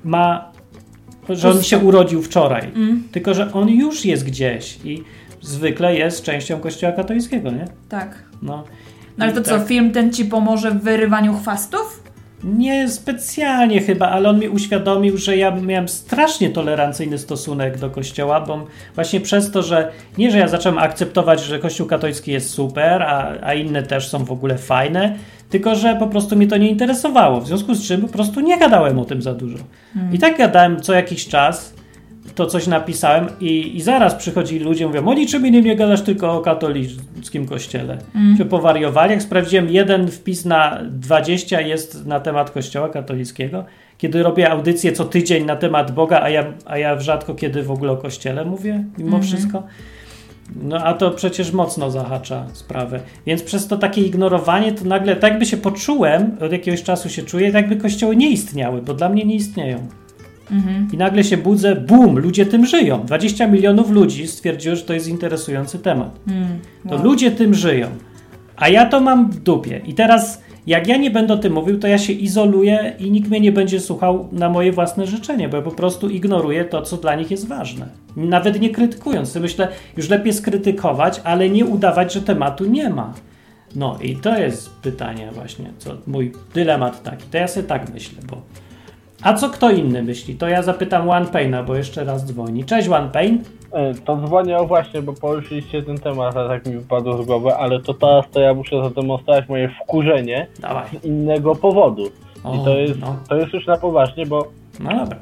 się urodził wczoraj. Tylko, że on już jest gdzieś i zwykle jest częścią Kościoła katolickiego, nie? Tak. No ale to tak. co, film ten ci pomoże w wyrywaniu chwastów? Nie specjalnie chyba, ale on mi uświadomił, że ja miałem strasznie tolerancyjny stosunek do Kościoła, bo właśnie przez to, że nie, że ja zacząłem akceptować, że Kościół katolicki jest super, a inne też są w ogóle fajne, tylko że po prostu mnie to nie interesowało, w związku z czym po prostu nie gadałem o tym za dużo. I tak gadałem co jakiś czas, to coś napisałem i zaraz przychodzi ludzie i mówią, o niczym innym nie gadasz, tylko o katolickim kościele. Się powariowali, jak sprawdziłem, jeden wpis na 20 jest na temat kościoła katolickiego, kiedy robię audycję co tydzień na temat Boga, a ja rzadko kiedy w ogóle o kościele mówię, mimo wszystko. No a to przecież mocno zahacza sprawę. Więc przez to takie ignorowanie, to nagle tak jakby się poczułem, od jakiegoś czasu się czuję, tak jakby kościoły nie istniały, bo dla mnie nie istnieją. I nagle się budzę, bum, ludzie tym żyją. 20 milionów ludzi stwierdziło, że to jest interesujący temat. To ludzie tym żyją. A ja to mam w dupie. I teraz, jak ja nie będę o tym mówił, to ja się izoluję i nikt mnie nie będzie słuchał na moje własne życzenie, bo ja po prostu ignoruję to, co dla nich jest ważne. Nawet nie krytykując. Myślę, już lepiej skrytykować, ale nie udawać, że tematu nie ma. No i to jest pytanie właśnie, mój dylemat taki. To ja sobie tak myślę, bo... A co kto inny myśli? To ja zapytam OnePaina, bo jeszcze raz dzwoni. Cześć OnePain. To dzwonię właśnie, bo poruszyliście ten temat, a tak mi wypadło z głowy, ale to teraz to ja muszę zademonstrować moje wkurzenie z innego powodu. I to jest już na poważnie, bo no dobra.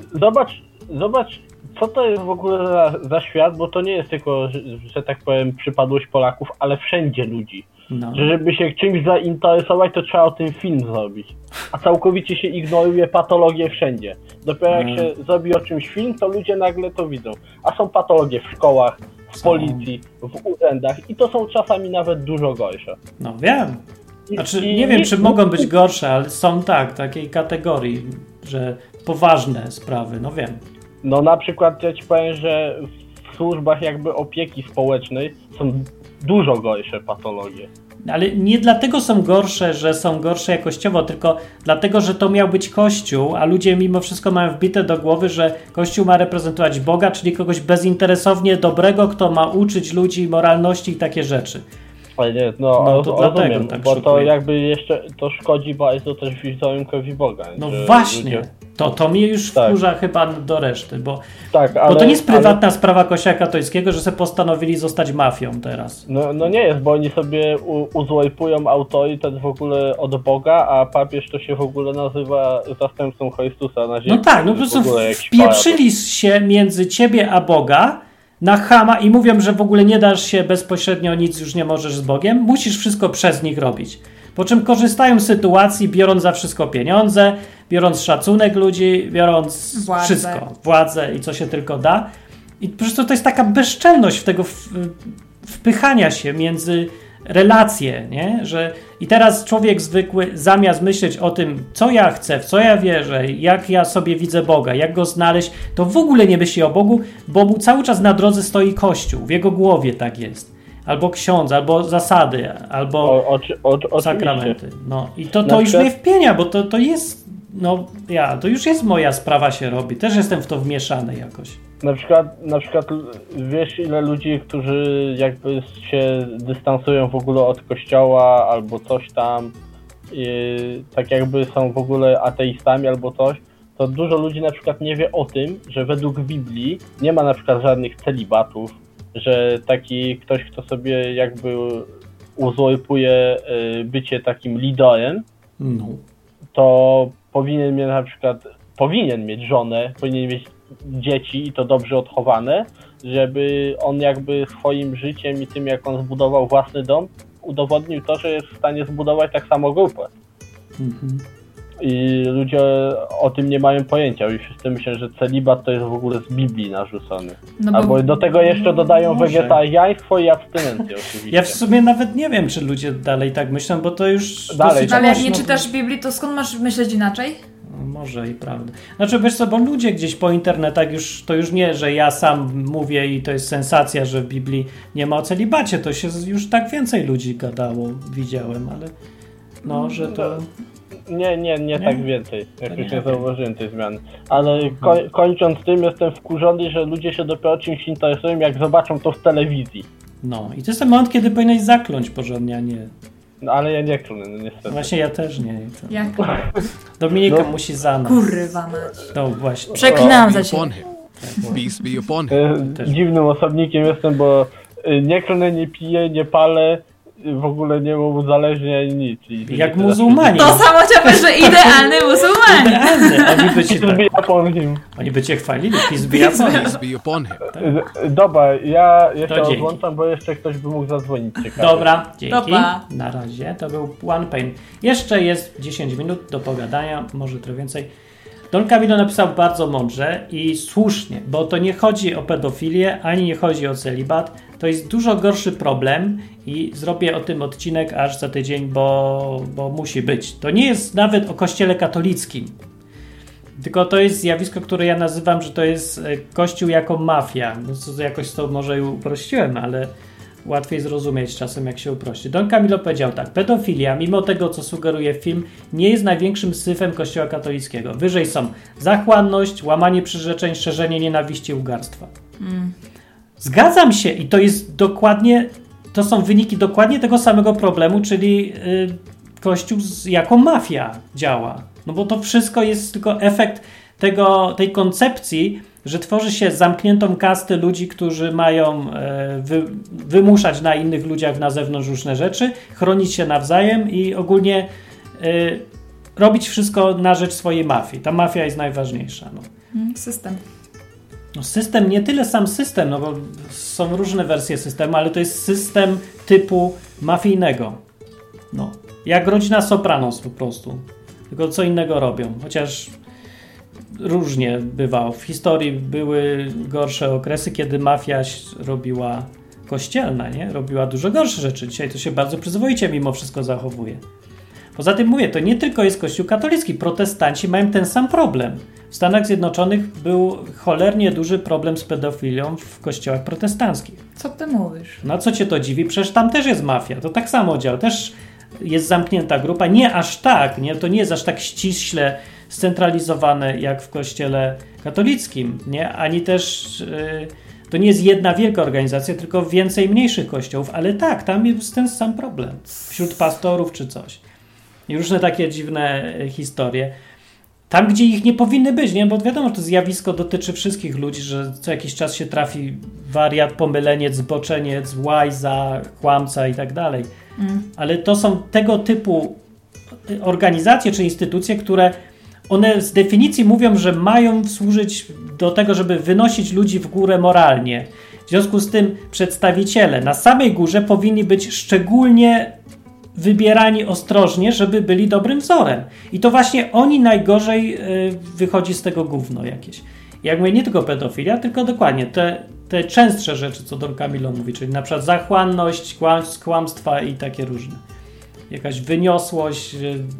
Zobacz, co to jest w ogóle za świat, bo to nie jest tylko, że tak powiem, przypadłość Polaków, ale wszędzie ludzi. Że żeby się czymś zainteresować, to trzeba o tym film zrobić. A całkowicie się ignoruje patologię wszędzie. Dopiero jak się zrobi o czymś film, to ludzie nagle to widzą. A są patologie w szkołach, w policji, w urzędach i to są czasami nawet dużo gorsze. No wiem. Znaczy, nie wiem, czy mogą być gorsze, ale są takiej kategorii, że poważne sprawy, no wiem. No na przykład ja ci powiem, że w służbach jakby opieki społecznej są dużo gorsze patologie. Ale nie dlatego są gorsze, że są gorsze jakościowo, tylko dlatego, że to miał być Kościół, a ludzie mimo wszystko mają wbite do głowy, że Kościół ma reprezentować Boga, czyli kogoś bezinteresownie dobrego, kto ma uczyć ludzi moralności i takie rzeczy. Ale nie, to dlatego rozumiem, tak bo szukuję. to jakby jeszcze to szkodzi bardzo też wizerunkowi Boga. No właśnie, ludzie... to mnie już wkurza chyba do reszty, bo to nie jest prywatna sprawa Kościoła katolickiego, że sobie postanowili zostać mafią teraz. No nie jest, bo oni sobie uzurpują autorytet w ogóle od Boga, a papież to się w ogóle nazywa zastępcą Chrystusa na ziemi. No tak, no po prostu wpieprzyli się między ciebie a Boga na chama i mówią, że w ogóle nie dasz się bezpośrednio, nic już nie możesz z Bogiem, musisz wszystko przez nich robić. Po czym korzystają z sytuacji, biorąc za wszystko pieniądze, biorąc szacunek ludzi, biorąc wszystko, władzę i co się tylko da. I po prostu to jest taka bezczelność w tego wpychania się między relacje, nie? Że i teraz człowiek zwykły, zamiast myśleć o tym, co ja chcę, w co ja wierzę, jak ja sobie widzę Boga, jak go znaleźć, to w ogóle nie myśli o Bogu, bo mu cały czas na drodze stoi Kościół, w jego głowie tak jest. Albo ksiądz, albo zasady, albo sakramenty. No i to już mnie wpienia, bo to jest, to już jest moja sprawa się robi. Też jestem w to wmieszany jakoś. Na przykład wiesz, ile ludzi, którzy jakby się dystansują w ogóle od kościoła albo coś tam, tak jakby są w ogóle ateistami albo coś, to dużo ludzi na przykład nie wie o tym, że według Biblii nie ma na przykład żadnych celibatów, że taki ktoś, kto sobie jakby uzurpuje bycie takim liderem, to powinien mieć żonę, powinien mieć dzieci i to dobrze odchowane, żeby on jakby swoim życiem i tym, jak on zbudował własny dom, udowodnił to, że jest w stanie zbudować tak samo grupę. I ludzie o tym nie mają pojęcia i wszyscy myślą, że celibat to jest w ogóle z Biblii narzucony. No bo- Albo do tego jeszcze dodają Może. wegetariaństwo i abstynencję oczywiście. Ja w sumie nawet nie wiem, czy ludzie dalej tak myślą, bo to już Dalej dosyć tak. Ale jak nie głośno- czytasz Biblii, to skąd masz myśleć inaczej? No, może i prawda. Znaczy, wiesz co, bo ludzie gdzieś po internetach to już nie, że ja sam mówię i to jest sensacja, że w Biblii nie ma o celibacie, to się już tak więcej ludzi gadało, widziałem, ale no, że to... Nie tak więcej. To Jakoś nie nie wiem. zauważyłem tej zmiany. Ale kończąc tym, jestem wkurzony, że ludzie się dopiero czymś interesują, jak zobaczą to w telewizji. No i to jest ten moment, kiedy powinieneś zakląć porządnie, a nie... No, ale ja nie klnę, no niestety. Właśnie ja też nie. To... Jak? Dominika No. musi za nas. Kurwa mać. No właśnie. Przeklinam Be za ciebie. upon him. Peace be upon him. Też. Dziwnym osobnikiem jestem, bo nie klnę, nie piję, nie palę, w ogóle nie mam uzależnień ani nic. Jak muzułmanie. To samo chciałbym, że idealny muzułmanin. Idealny. Oni by cię chwalili. Peace be upon him. Peace be upon him. Dobra, ja się To dzięki. odłączam, bo jeszcze ktoś by mógł zadzwonić. Ciekawe. Dobra, dzięki. Dobra. Na razie. To był One Pain. Jeszcze jest 10 minut do pogadania, może trochę więcej. Don Camillo napisał bardzo mądrze i słusznie, bo to nie chodzi o pedofilię, ani nie chodzi o celibat. To jest dużo gorszy problem i zrobię o tym odcinek aż za tydzień, bo musi być. To nie jest nawet o kościele katolickim. Tylko to jest zjawisko, które ja nazywam, że to jest kościół jako mafia. No, to jakoś to może uprościłem, ale łatwiej zrozumieć czasem, jak się uprości. Don Camillo powiedział tak: pedofilia, mimo tego, co sugeruje film, nie jest największym syfem kościoła katolickiego. Wyżej są zachłanność, łamanie przyrzeczeń, szerzenie nienawiści, ugarstwa. Zgadzam się i to jest dokładnie, to są wyniki dokładnie tego samego problemu, czyli kościół jako mafia działa. No bo to wszystko jest tylko efekt tej koncepcji, że tworzy się zamkniętą kastę ludzi, którzy mają wymuszać na innych ludziach na zewnątrz różne rzeczy, chronić się nawzajem i ogólnie robić wszystko na rzecz swojej mafii. Ta mafia jest najważniejsza. No. System. No system, nie tyle sam system, no bo są różne wersje systemu, ale to jest system typu mafijnego. No. Jak rodzina Sopranos po prostu. Tylko co innego robią. Chociaż różnie bywało. W historii były gorsze okresy, kiedy mafia robiła kościelna, nie? Robiła dużo gorsze rzeczy. Dzisiaj to się bardzo przyzwoicie mimo wszystko zachowuje. Poza tym mówię, to nie tylko jest kościół katolicki. Protestanci mają ten sam problem. W Stanach Zjednoczonych był cholernie duży problem z pedofilią w kościołach protestanckich. Co ty mówisz? No co cię to dziwi? Przecież tam też jest mafia. To tak samo działa. Też jest zamknięta grupa. Nie aż tak. Nie? To nie jest aż tak ściśle scentralizowane jak w kościele katolickim. Nie? Ani też to nie jest jedna wielka organizacja, tylko więcej mniejszych kościołów. Ale tak, tam jest ten sam problem. Wśród pastorów czy coś. I różne takie dziwne historie. Tam, gdzie ich nie powinny być, nie? Bo wiadomo, to zjawisko dotyczy wszystkich ludzi, że co jakiś czas się trafi wariat, pomyleniec, zboczeniec, łajza, kłamca i tak dalej. Ale to są tego typu organizacje czy instytucje, które one z definicji mówią, że mają służyć do tego, żeby wynosić ludzi w górę moralnie. W związku z tym przedstawiciele na samej górze powinni być szczególnie wybierani ostrożnie, żeby byli dobrym wzorem. I to właśnie oni najgorzej wychodzi z tego gówno jakieś. Jak mówię, nie tylko pedofilia, tylko dokładnie te częstsze rzeczy, co Don Camillo mówi, czyli na przykład zachłanność, kłamstwa i takie różne. Jakaś wyniosłość,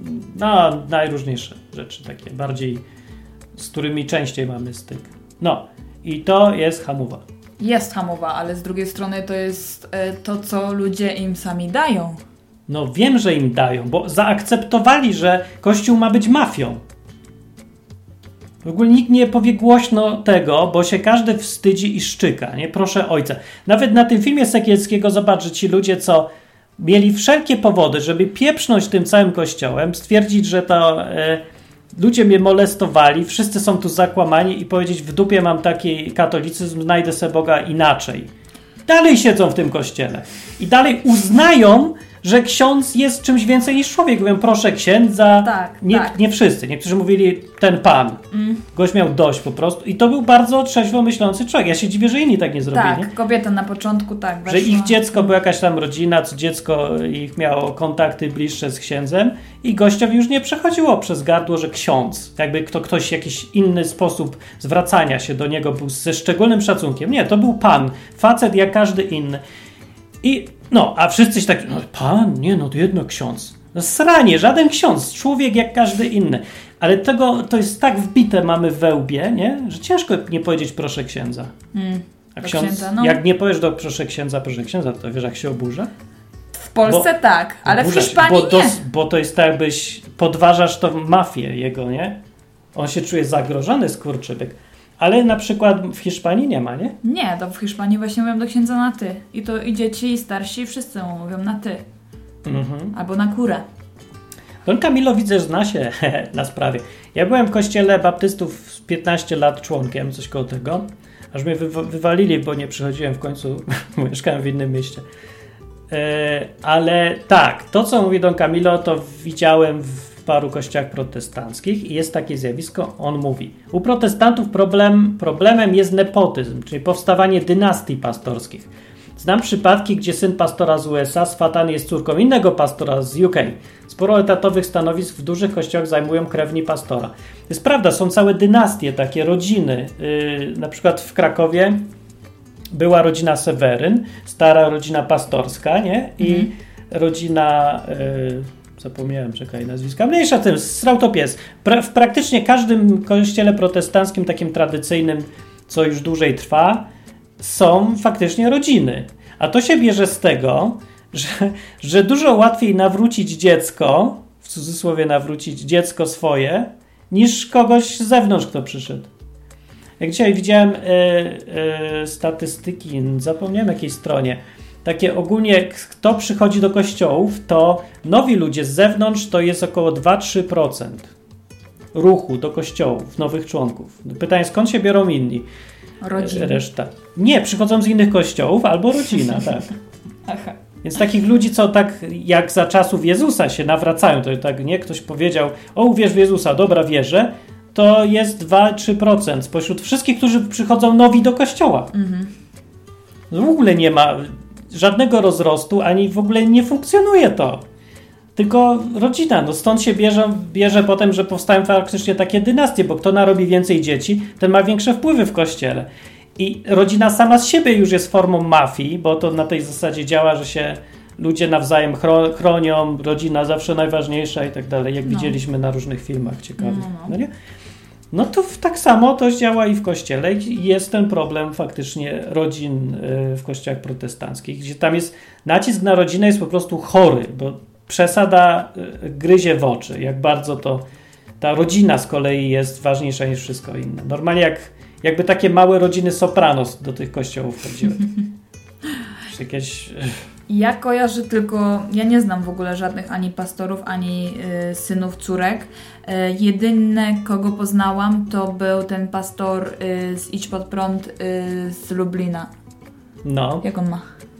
no najróżniejsze rzeczy takie, bardziej z którymi częściej mamy styk. No i to jest hamowa. Jest hamowa, ale z drugiej strony to jest to, co ludzie im sami dają. No wiem, że im dają, bo zaakceptowali, że Kościół ma być mafią. W ogóle nikt nie powie głośno tego, bo się każdy wstydzi i szczyka, nie? Proszę ojca. Nawet na tym filmie Sekielskiego zobacz, że ci ludzie, co mieli wszelkie powody, żeby pieprznąć tym całym kościołem, stwierdzić, że to ludzie mnie molestowali, wszyscy są tu zakłamani i powiedzieć, w dupie mam taki katolicyzm, znajdę sobie Boga inaczej. Dalej siedzą w tym kościele. I dalej uznają, że ksiądz jest czymś więcej niż człowiek. Mówią, proszę księdza. Tak, nie, tak. nie wszyscy. Niektórzy mówili, ten pan. Gość miał dość po prostu. I to był bardzo trzeźwo myślący człowiek. Ja się dziwię, że inni tak nie zrobili. Tak, Nie? kobieta na początku tak weszła. Że ich dziecko, była jakaś tam rodzina, co dziecko ich miało kontakty bliższe z księdzem i gościowi już nie przechodziło przez gardło, że ksiądz. Jakby ktoś jakiś inny sposób zwracania się do niego był ze szczególnym szacunkiem. Nie, to był pan. Facet jak każdy inny. I no, a wszyscy się tak, no pan, nie no, to jednak ksiądz. No sranie, żaden ksiądz, człowiek jak każdy inny. Ale to jest tak wbite mamy we łbie, nie? Że ciężko nie powiedzieć proszę księdza. A ksiądz, księdza, no. jak nie powiesz do proszę księdza, to wiesz jak się oburza? W Polsce tak, ale w Oburza się, Hiszpanii nie. Bo to jest tak, jakbyś podważasz to mafię jego, nie? On się czuje zagrożony, skurczybyk. Ale na przykład w Hiszpanii nie ma, nie? Nie, to w Hiszpanii właśnie mówią do księdza na ty. I to i dzieci, i starsi, wszyscy mówią na ty. Albo na kurę. Don Camilo widzę, że zna się na sprawie. Ja byłem w kościele baptystów z 15 lat członkiem, coś koło tego. Aż mnie wywalili, bo nie przychodziłem w końcu, bo mieszkałem w innym mieście. Ale tak, to co mówi Don Camilo, to widziałem w paru kościołach protestanckich i jest takie zjawisko, on mówi, u protestantów problemem jest nepotyzm, czyli powstawanie dynastii pastorskich. Znam przypadki, gdzie syn pastora z USA swatany jest córką innego pastora z UK. Sporo etatowych stanowisk w dużych kościołach zajmują krewni pastora. To jest prawda, są całe dynastie, takie rodziny. Na przykład w Krakowie była rodzina Seweryn, stara rodzina pastorska, nie? I rodzina... zapomniałem, czekaj, nazwiska. Mniejsza tym, Srautopies. W praktycznie każdym kościele protestanckim, takim tradycyjnym, co już dłużej trwa, są faktycznie rodziny. A to się bierze z tego, że dużo łatwiej nawrócić dziecko, w cudzysłowie nawrócić dziecko swoje, niż kogoś z zewnątrz, kto przyszedł. Jak dzisiaj widziałem statystyki, zapomniałem jakiej stronie, takie ogólnie, kto przychodzi do kościołów, to nowi ludzie z zewnątrz to jest około 2-3% ruchu do kościołów, nowych członków. Pytanie, skąd się biorą inni? Rodziny. Reszta. Nie, przychodzą z innych kościołów albo rodzina, tak. Aha. Więc takich ludzi, co tak jak za czasów Jezusa się nawracają, to tak nie, ktoś powiedział, o uwierz w Jezusa, dobra, wierzę, to jest 2-3% spośród wszystkich, którzy przychodzą nowi do kościoła. W ogóle nie ma żadnego rozrostu, ani w ogóle nie funkcjonuje to. Tylko rodzina, no stąd się bierze potem, że powstają faktycznie takie dynastie, bo kto narobi więcej dzieci, ten ma większe wpływy w kościele. I rodzina sama z siebie już jest formą mafii, bo to na tej zasadzie działa, że się ludzie nawzajem chronią, rodzina zawsze najważniejsza i tak dalej, jak widzieliśmy na różnych filmach ciekawych. No nie? No to tak samo to działa i w kościele i jest ten problem faktycznie rodzin w kościołach protestanckich, gdzie tam jest nacisk na rodzinę jest po prostu chory, bo przesada gryzie w oczy, jak bardzo to ta rodzina z kolei jest ważniejsza niż wszystko inne. Normalnie jakby takie małe rodziny Sopranos do tych kościołów chodziły. Jakieś... Ja kojarzę tylko, ja nie znam w ogóle żadnych ani pastorów, ani synów, córek. Jedyne, kogo poznałam, to był ten pastor z Idź Pod Prąd z Lublina. No. Jak on ma?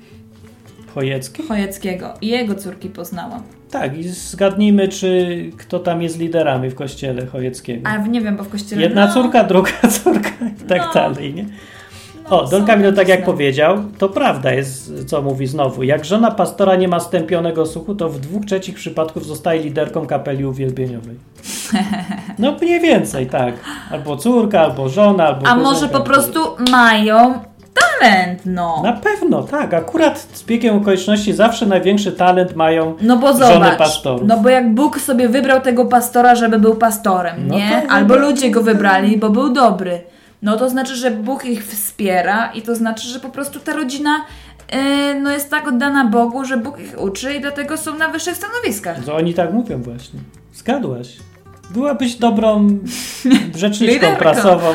Chojeckiego. I jego córki poznałam. Tak, i zgadnijmy, kto tam jest liderami w kościele Chojeckiego. A nie wiem, bo w kościele... Jedna córka, druga córka i tak dalej, nie? Don Camilo, tak jak powiedział, to prawda jest, co mówi znowu. Jak żona pastora nie ma stępionego słuchu, to w 2/3 przypadków zostaje liderką kapeli uwielbieniowej. No mniej więcej, tak. Albo córka, albo żona, albo... A może po prostu mają talent, no. Na pewno, tak. Akurat z biegiem okoliczności zawsze największy talent mają no bo żony zobacz, pastorów. No bo jak Bóg sobie wybrał tego pastora, żeby był pastorem, no nie? Albo ludzie go wybrali, bo był dobry. No to znaczy, że Bóg ich wspiera i to znaczy, że po prostu ta rodzina no jest tak oddana Bogu, że Bóg ich uczy i dlatego są na wyższych stanowiskach. To oni tak mówią właśnie. Zgadłaś. Byłabyś dobrą rzeczniczką prasową.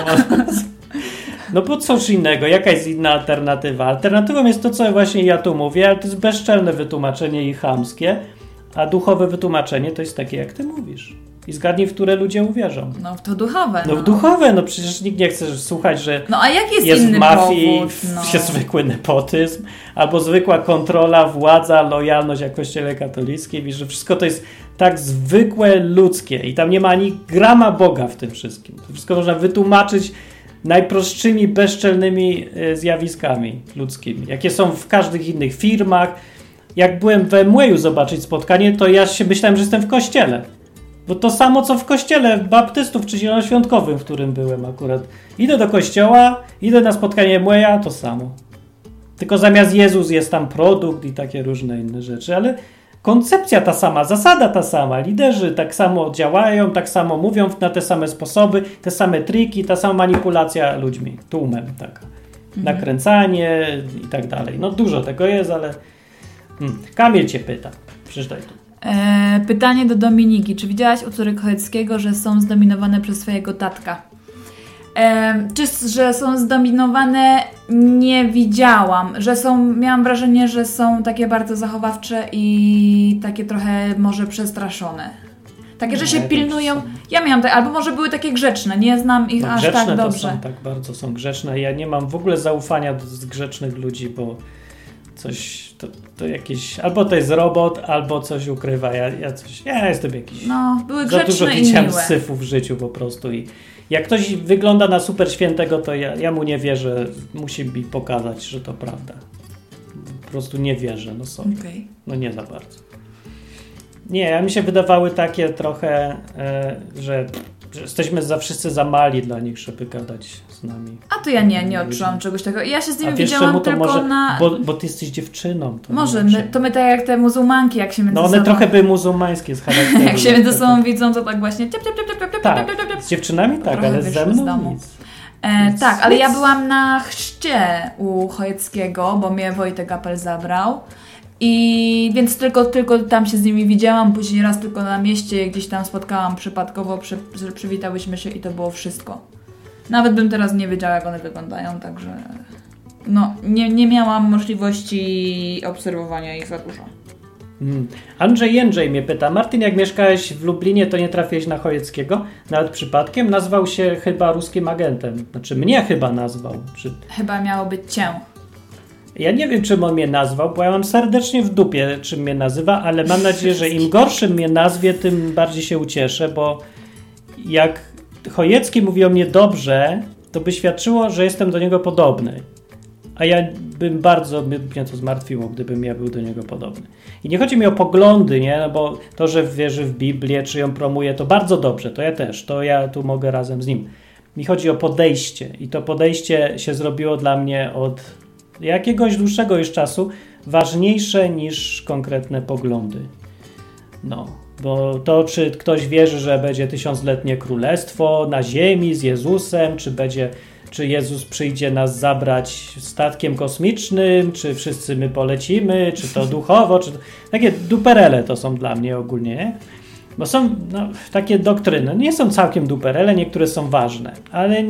No bo coś innego, jaka jest inna alternatywa? Alternatywą jest to, co właśnie ja tu mówię, ale to jest bezczelne wytłumaczenie i chamskie, a duchowe wytłumaczenie to jest takie, jak ty mówisz. I zgadnij, w które ludzie uwierzą. No w to duchowe. No w duchowe, no przecież nikt nie chce słuchać, że no a jaki jest jest inny w mafii, powód? No. jest zwykły nepotyzm, albo zwykła kontrola, władza, lojalność jak w kościele katolickim i że wszystko to jest tak zwykłe ludzkie i tam nie ma ani grama Boga w tym wszystkim. To wszystko można wytłumaczyć najprostszymi, bezczelnymi zjawiskami ludzkimi, jakie są w każdych innych firmach. Jak byłem w Amwayu zobaczyć spotkanie, to ja się myślałem, że jestem w kościele. Bo to samo, co w kościele baptystów czy zielonoświątkowym, w którym byłem akurat. Idę do kościoła, idę na spotkanie Amwaya, to samo. Tylko zamiast Jezus jest tam produkt i takie różne inne rzeczy, ale koncepcja ta sama, zasada ta sama, liderzy tak samo działają, tak samo mówią na te same sposoby, te same triki, ta sama manipulacja ludźmi, tłumem taka. Nakręcanie i tak dalej. No dużo tego jest, ale... Kamil cię pyta. Przeczytaj tu. Pytanie do Dominiki. Czy widziałaś u córek Chojeckiego, że są zdominowane przez swojego tatka? Że są zdominowane? Nie widziałam. Miałam wrażenie, że są takie bardzo zachowawcze i takie trochę może przestraszone. Takie, że się pilnują. Ja miałam albo może były takie grzeczne. Nie znam ich aż tak dobrze. To są, tak bardzo są grzeczne. Ja nie mam w ogóle zaufania do grzecznych ludzi, bo coś to jakieś, albo to jest robot, albo coś ukrywa. Ja jestem jakiś... No, były za dużo grzeczne i widziałem miłe. syfu w życiu po prostu i jak ktoś wygląda na super świętego, to ja mu nie wierzę. Musi mi pokazać, że to prawda. Po prostu nie wierzę. No sorry. Okay. No nie za bardzo. Nie, mi się wydawały takie trochę, że jesteśmy wszyscy za mali dla nich, żeby gadać z nami. A to ja nie odczułam czegoś takiego. Ja się z nimi wiesz, widziałam czemu to tylko może, na... Bo ty jesteś dziewczyną. To może, to my tak jak te muzułmanki, jak się między sobą... No one trochę były muzułmańskie z charakteru. Jak się między sobą widzą, to tak właśnie... Tak, z dziewczynami tak, trochę ale ze mną domu. nic. Tak, ale ja byłam na chrzcie u Chojeckiego, bo mnie Wojtek Apel zabrał. I więc tylko tam się z nimi widziałam, później raz tylko na mieście gdzieś tam spotkałam przypadkowo, przywitałyśmy się i to było wszystko. Nawet bym teraz nie wiedziała, jak one wyglądają, także no nie miałam możliwości obserwowania ich za dużo. Andrzej Jędrzej mnie pyta, Martin, jak mieszkałeś w Lublinie, to nie trafiłeś na Chojeckiego? Nawet przypadkiem? Nazwał się chyba ruskim agentem. Znaczy mnie chyba nazwał. Chyba miało być cię. Ja nie wiem, czym on mnie nazwał, bo ja mam serdecznie w dupie, czym mnie nazywa, ale mam nadzieję, że im gorszym mnie nazwie, tym bardziej się ucieszę, bo jak Chojecki mówi o mnie dobrze, to by świadczyło, że jestem do niego podobny. A ja bym bardzo, mnie to zmartwiło, gdybym ja był do niego podobny. I nie chodzi mi o poglądy, nie? No bo to, że wierzy w Biblię, czy ją promuje, to bardzo dobrze, to ja też, to ja tu mogę razem z nim. Mi chodzi o podejście i to podejście się zrobiło dla mnie od jakiegoś dłuższego już czasu ważniejsze niż konkretne poglądy. No, bo to, czy ktoś wierzy, że będzie 1000-letnie królestwo na ziemi z Jezusem, czy Jezus przyjdzie nas zabrać statkiem kosmicznym, czy wszyscy my polecimy, czy to duchowo, czy to... Takie duperele to są dla mnie ogólnie, nie? Bo są takie doktryny, nie są całkiem duperele, niektóre są ważne, ale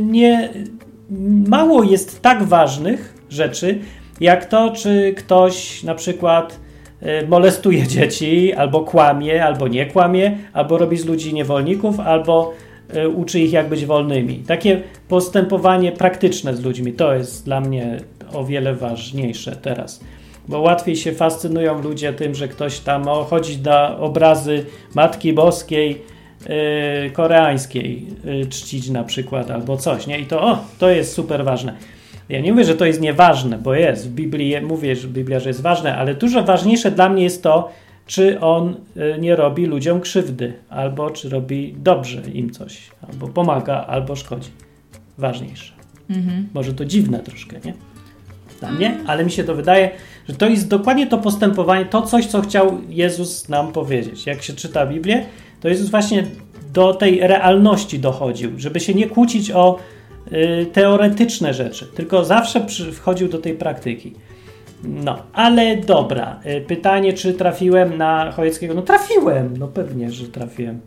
mało jest tak ważnych rzeczy, jak to, czy ktoś na przykład molestuje dzieci, albo kłamie, albo nie kłamie, albo robi z ludzi niewolników, albo uczy ich, jak być wolnymi. Takie postępowanie praktyczne z ludźmi, to jest dla mnie o wiele ważniejsze teraz. Bo łatwiej się fascynują ludzie tym, że ktoś tam chodzi na obrazy Matki Boskiej koreańskiej czcić na przykład, albo coś, nie? I to jest super ważne. Ja nie mówię, że to jest nieważne, bo jest. W Biblii mówię, że Biblia, że jest ważne, ale dużo ważniejsze dla mnie jest to, czy on nie robi ludziom krzywdy, albo czy robi dobrze im coś, albo pomaga, albo szkodzi. Ważniejsze. Może to dziwne troszkę, nie? Dla mnie, ale mi się to wydaje, że to jest dokładnie to postępowanie, to coś, co chciał Jezus nam powiedzieć. Jak się czyta Biblię, to Jezus właśnie do tej realności dochodził, żeby się nie kłócić o teoretyczne rzeczy, tylko zawsze wchodził do tej praktyki. No, ale dobra. Pytanie, czy trafiłem na Chojeckiego? No trafiłem, no pewnie, że trafiłem.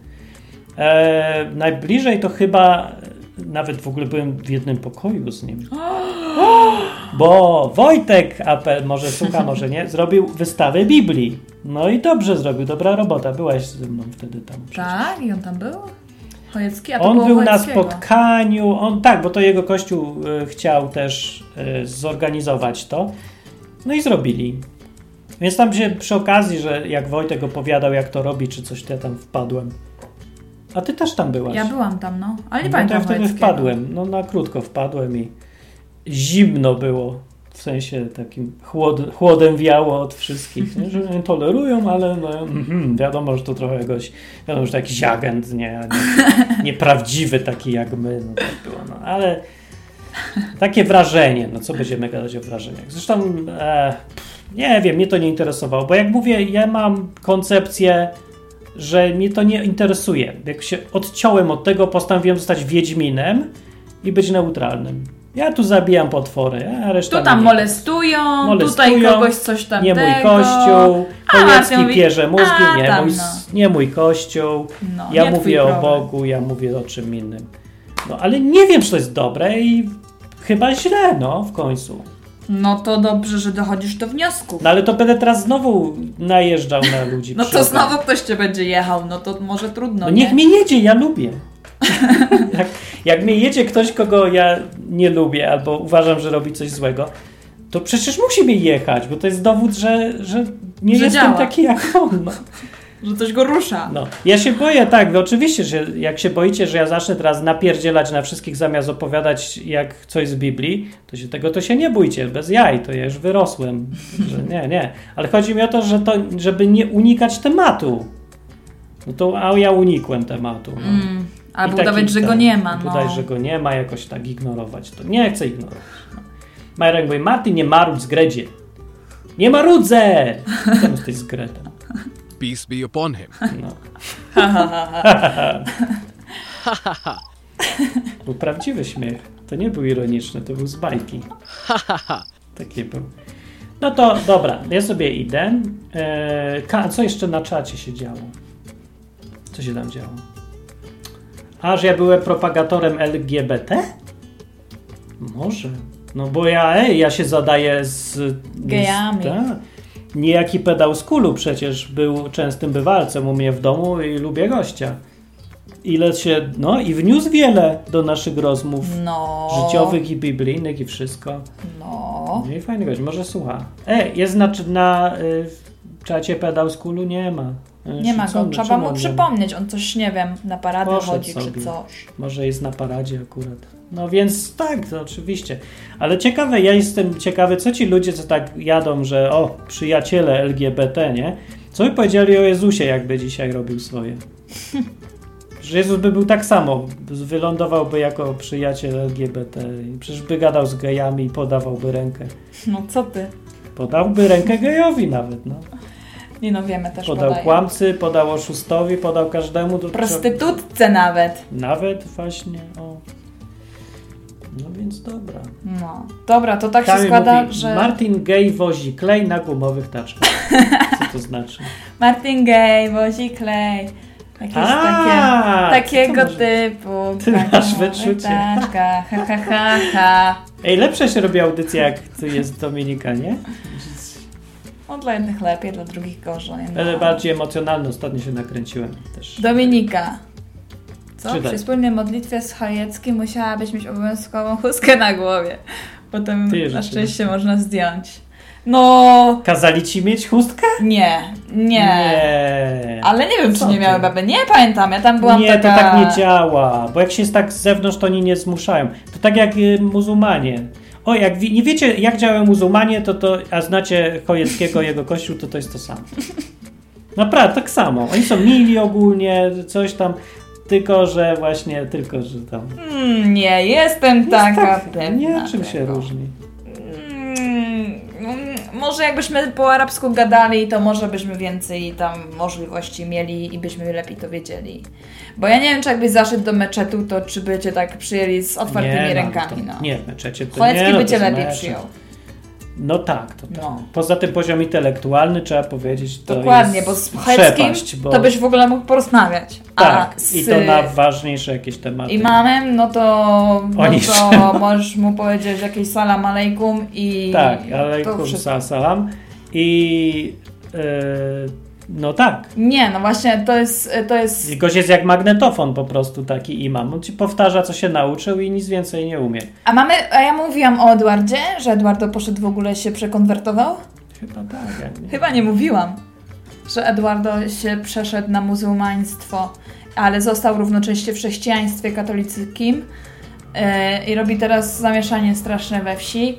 Najbliżej to chyba nawet w ogóle byłem w jednym pokoju z nim. bo Wojtek, może słucha, może nie, zrobił wystawę Biblii. No i dobrze zrobił, dobra robota. Byłaś ze mną wtedy tam. Tak? I on tam był? Chojecki? A to On było był na Chojeckiego. spotkaniu, tak, bo to jego kościół chciał też zorganizować to. No i zrobili. Więc tam się przy okazji, że jak Wojtek opowiadał, jak to robi, czy coś, to ja tam wpadłem. A ty też tam byłaś. Ja byłam tam, no. Ale nie No to pamiętam ja wtedy Chojeckiego. wpadłem. No na krótko wpadłem i zimno było. W sensie takim chłodem wiało od wszystkich. Nie? Że nie tolerują, ale no, wiadomo, że to trochę wiadomo, że to jakiś agent, nieprawdziwy taki jak my. No tak było. No, ale takie wrażenie. No co będziemy gadać o wrażeniach? Zresztą nie wiem, mnie to nie interesowało, bo jak mówię, ja mam koncepcję, że mnie to nie interesuje. Jak się odciąłem od tego, postanowiłem zostać Wiedźminem i być neutralnym. Ja tu zabijam potwory, a reszta Tu tam mnie molestują, tutaj kogoś coś tam nie tego. mój kościół, Chojecki mówi, pierze mózgi, tam, nie mój kościół, No, ja nie mówię o twój problem. Bogu, ja mówię o czym innym. No ale nie wiem, czy to jest dobre i chyba źle, w końcu. No to dobrze, że dochodzisz do wniosku. No ale to będę teraz znowu najeżdżał na ludzi. No to znowu ktoś cię będzie jechał, no to może trudno, No nie? niech mnie jedzie, ja lubię. jak mnie jedzie ktoś, kogo ja nie lubię albo uważam, że robi coś złego, to przecież musi mnie jechać, bo to jest dowód, że nie że jestem działa. taki jak on. No. Że coś go rusza. No. Ja się boję, tak, oczywiście, że jak się boicie, że ja zacznę teraz napierdzielać na wszystkich zamiast opowiadać jak coś z Biblii, to się nie bójcie, bez jaj, to ja już wyrosłem. Że nie. Ale chodzi mi o to, żeby nie unikać tematu. No to ja unikłem tematu. No. Albo udawać, że go nie ma. Udać, że go nie ma, jakoś tak ignorować. To nie chcę ignorować. No. Marek mówi, Martin, nie marudź z Gredzie. Nie marudzę! Co jesteś z Gretem? Peace be upon him. No. Był prawdziwy śmiech. To nie był ironiczny, to był z bajki. Taki był. No to dobra, ja sobie idę. Co jeszcze na czacie się działo? Co się tam działo? A, że ja byłem propagatorem LGBT? Może. No bo ja się zadaję z gejami. Niejaki pedał z Kulu przecież był częstym bywalcem u mnie w domu i lubię gościa. I wniósł wiele do naszych rozmów życiowych i biblijnych i wszystko. No. I fajny gość, może słucha. Jest na czacie pedał z Kulu? Nie ma. Nie ma go, trzeba mu przypomnieć, on coś, nie wiem, na paradę chodzi sobie. czy coś. Może jest na paradzie akurat. No więc tak, to oczywiście. Ale ciekawe, ja jestem ciekawy, co ci ludzie, co tak jadą, że przyjaciele LGBT, nie? Co by powiedzieli o Jezusie, jakby dzisiaj robił swoje? Że Jezus by był tak samo, wylądowałby jako przyjaciel LGBT i przecież by gadał z gejami i podawałby rękę. No co ty? Podałby rękę gejowi nawet, no. Nie no, wiemy też. Podał kłamcy, podał oszustowi, podał każdemu. Prostytutce nawet. Nawet właśnie, No więc dobra. No. Dobra, to tak się składa, że... Martin Gay wozi klej na gumowych taczkach. Co to znaczy? Martin Gay wozi klej. Jakieś takiego typu. Ty masz wyczucie. Taczka, ha. Ej, lepsze się robi audycja, jak tu jest Dominika, nie? No dla jednych lepiej, dla drugich gorzej. Ale bardziej emocjonalny, ostatnio się nakręciłem też. Dominika. Co? Czytaj. Przy wspólnej modlitwie z Chojeckim musiałabyś mieć obowiązkową chustkę na głowie. Potem na szczęście można zdjąć. No... Kazali ci mieć chustkę? Nie. Ale nie wiem, czy nie miały baby. Nie pamiętam, ja tam byłam nie, taka... to tak nie działa, bo jak się jest tak z zewnątrz, to oni nie zmuszają. To tak jak muzułmanie. Jak nie wiecie, jak działają muzułmanie, a znacie Chojeckiego, jego kościół, to jest to samo. Naprawdę, tak samo. Oni są mili ogólnie, coś tam, tylko że tam... nie, jestem taka pewna. Nie, czym się różni? Może jakbyśmy po arabsku gadali, to może byśmy więcej tam możliwości mieli i byśmy lepiej to wiedzieli. Bo ja nie wiem, czy jakbyś zaszedł do meczetu, to czy by cię tak przyjęli z otwartymi rękami. Nie, w meczecie to Chojecki nie. by cię lepiej przyjął. No tak, to tak. No. Poza tym poziom intelektualny, trzeba powiedzieć, to Dokładnie, jest bo z Pucheckim przepaść, bo... to byś w ogóle mógł porozmawiać. Tak, A z i to na ważniejsze jakieś tematy. imamem, no to niż. możesz mu powiedzieć jakieś salam alejkum i Tak, to alejkum wszystko. salam. I no tak. Nie, no właśnie to jest... Gość jest jak magnetofon po prostu, taki imam. On ci powtarza, co się nauczył i nic więcej nie umie. A ja mówiłam o Edwardzie, że Eduardo poszedł w ogóle się przekonwertował? Chyba tak. Jak nie. Chyba nie mówiłam, że Eduardo się przeszedł na muzułmaństwo, ale został równocześnie w chrześcijaństwie katolickim i robi teraz zamieszanie straszne we wsi.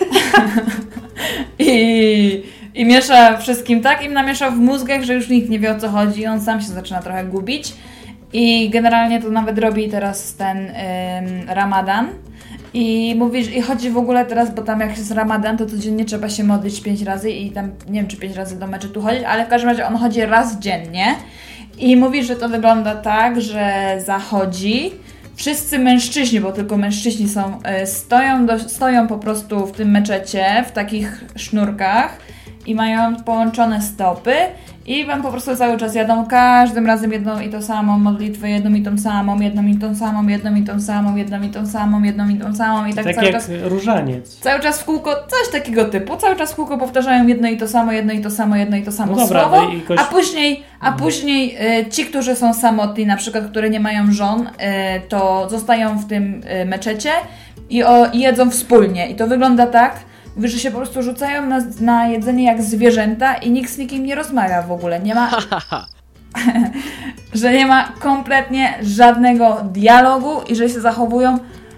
I miesza wszystkim tak, im namieszał w mózgach, że już nikt nie wie, o co chodzi. On sam się zaczyna trochę gubić. I generalnie to nawet robi teraz ten Ramadan. I mówi, i chodzi w ogóle teraz, bo tam jak jest Ramadan, to codziennie trzeba się modlić 5 razy i tam, nie wiem czy 5 razy do meczetu chodzić, ale w każdym razie on chodzi raz dziennie. I mówi, że to wygląda tak, że zachodzi. Wszyscy mężczyźni, bo tylko mężczyźni są, stoją po prostu w tym meczecie, w takich sznurkach i mają połączone stopy i wam po prostu cały czas jadą każdym razem jedną i tą samą modlitwę, jedną i tą samą, jedną i tą samą, jedną i tą samą, jedną i tą samą, jedną i tą samą i tak cały jak czas. różaniec. Cały czas w kółko, coś takiego typu, cały czas w kółko powtarzają jedno i to samo, jedno i to samo, jedno i to samo No dobra, słowo, no i a później ci, którzy są samotni, na przykład, które nie mają żon, to zostają w tym meczecie i jedzą wspólnie. I to wygląda tak, że się po prostu rzucają na jedzenie jak zwierzęta i nikt z nikim nie rozmawia w ogóle. Nie ma... że nie ma kompletnie żadnego dialogu i że się zachowują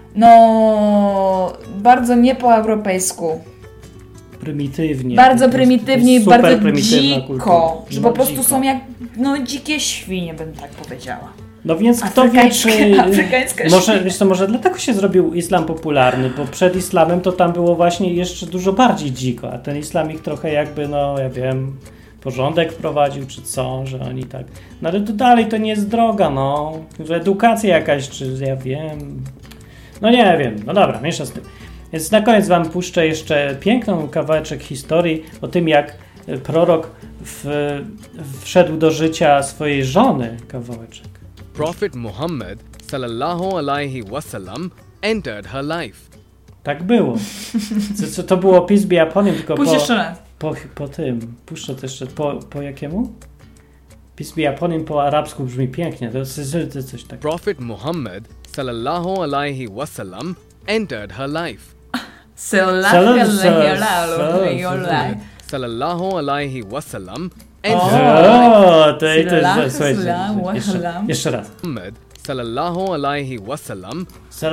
bardzo nie po europejsku. Prymitywnie. Bardzo prymitywnie i bardzo prymitywna dziko. kultura. Że No po prostu dziko. są jak dzikie świnie, bym tak powiedziała. No więc kto wie, czy... Afrykańska Może dlatego się zrobił islam popularny, bo przed islamem to tam było właśnie jeszcze dużo bardziej dziko, a ten islam ich trochę jakby, ja wiem, porządek wprowadził, czy co, że oni tak... No ale to dalej to nie jest droga, że edukacja jakaś, czy ja wiem... No nie wiem, no dobra, mniejsza z tym. Więc na koniec wam puszczę jeszcze piękną kawałeczek historii o tym, jak prorok wszedł do życia swojej żony, kawałeczek. Prophet Muhammad sallallahu alaihi wasallam entered her life. Tak było. Co to było peace be upon him, tylko Puść jeszcze raz. po tym. Puszczę to jeszcze po jakiemu? Peace be upon him po arabsku brzmi pięknie. To jest coś takiego. Prophet Muhammad sallallahu alaihi wasallam entered her life. Sallallahu alaihi wasallam To jest jeszcze raz. Muhammad sallallahu alaihi wasallam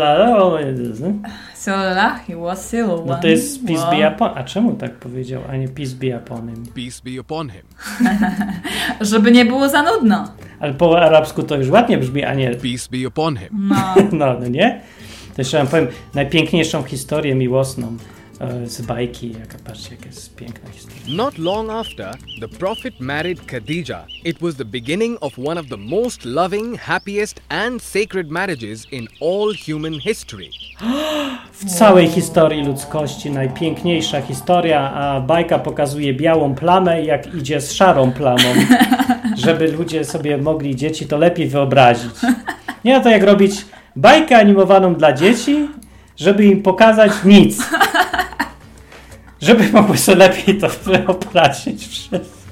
No to jest peace be upon. A czemu tak powiedział, a nie peace be upon him? peace be upon him. Żeby nie było za nudno. Ale po arabsku to już ładnie brzmi, a nie Peace be upon him. no nie? To jeszcze wam powiem najpiękniejszą historię miłosną z bajki. Patrzcie, jaka jest piękna historia. Not long after, the Prophet married Khadija. It was the beginning of one of the most loving, happiest and sacred marriages in all human history. W całej historii ludzkości najpiękniejsza historia, a bajka pokazuje białą plamę, jak idzie z szarą plamą. Żeby ludzie sobie mogli dzieci to lepiej wyobrazić. Nie to jak robić bajkę animowaną dla dzieci, żeby im pokazać nic. Żeby mogły sobie lepiej to wyobrazić wszyscy.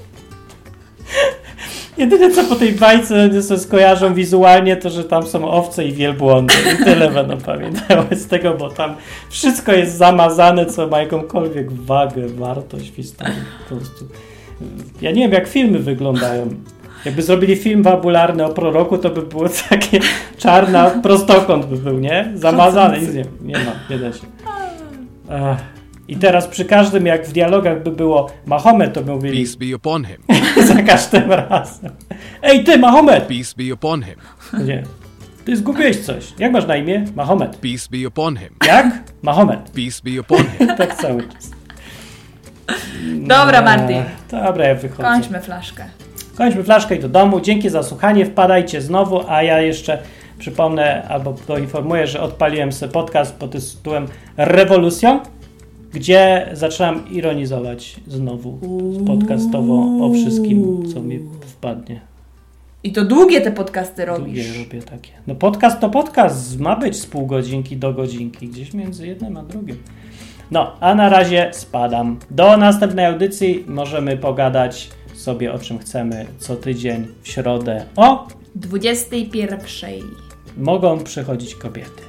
Jedyne co po tej bajce sobie skojarzą wizualnie, to że tam są owce i wielbłądy. I tyle będą pamiętały z tego, bo tam wszystko jest zamazane, co ma jakąkolwiek wagę, wartość w historii. Po prostu. Ja nie wiem, jak filmy wyglądają. Jakby zrobili film fabularny o proroku, to by było takie czarna, prostokąt by był, nie? Zamazany, nic nie da się. I teraz przy każdym, jak w dialogach by było Mahomet, to by mówili Peace be upon him. za każdym razem. Ej ty, Mahomet! Peace be upon him. Nie. Ty zgubiłeś coś. Jak masz na imię? Mahomet. Peace be upon him. Jak? Mahomet. Peace be upon him. Tak cały czas. Dobra, Martin. Dobra, ja wychodzę. Kończmy flaszkę i do domu. Dzięki za słuchanie. Wpadajcie znowu, a ja jeszcze przypomnę albo poinformuję, że odpaliłem sobie podcast pod tytułem Rewolucją. gdzie zaczynam ironizować znowu podcastowo o wszystkim, co mi wpadnie. I to długie te podcasty Długie robisz. robię takie. No podcast to podcast, ma być z pół godzinki do godzinki, gdzieś między jednym a drugim. No, a na razie spadam. Do następnej audycji możemy pogadać sobie o czym chcemy co tydzień w środę o 21. mogą przychodzić kobiety.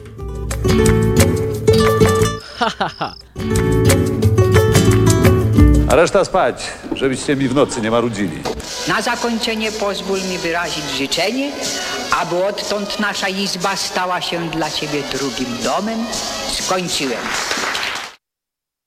A reszta spać, żebyście mi w nocy nie marudzili. Na zakończenie pozwól mi wyrazić życzenie, aby odtąd nasza izba stała się dla Ciebie drugim domem. Skończyłem.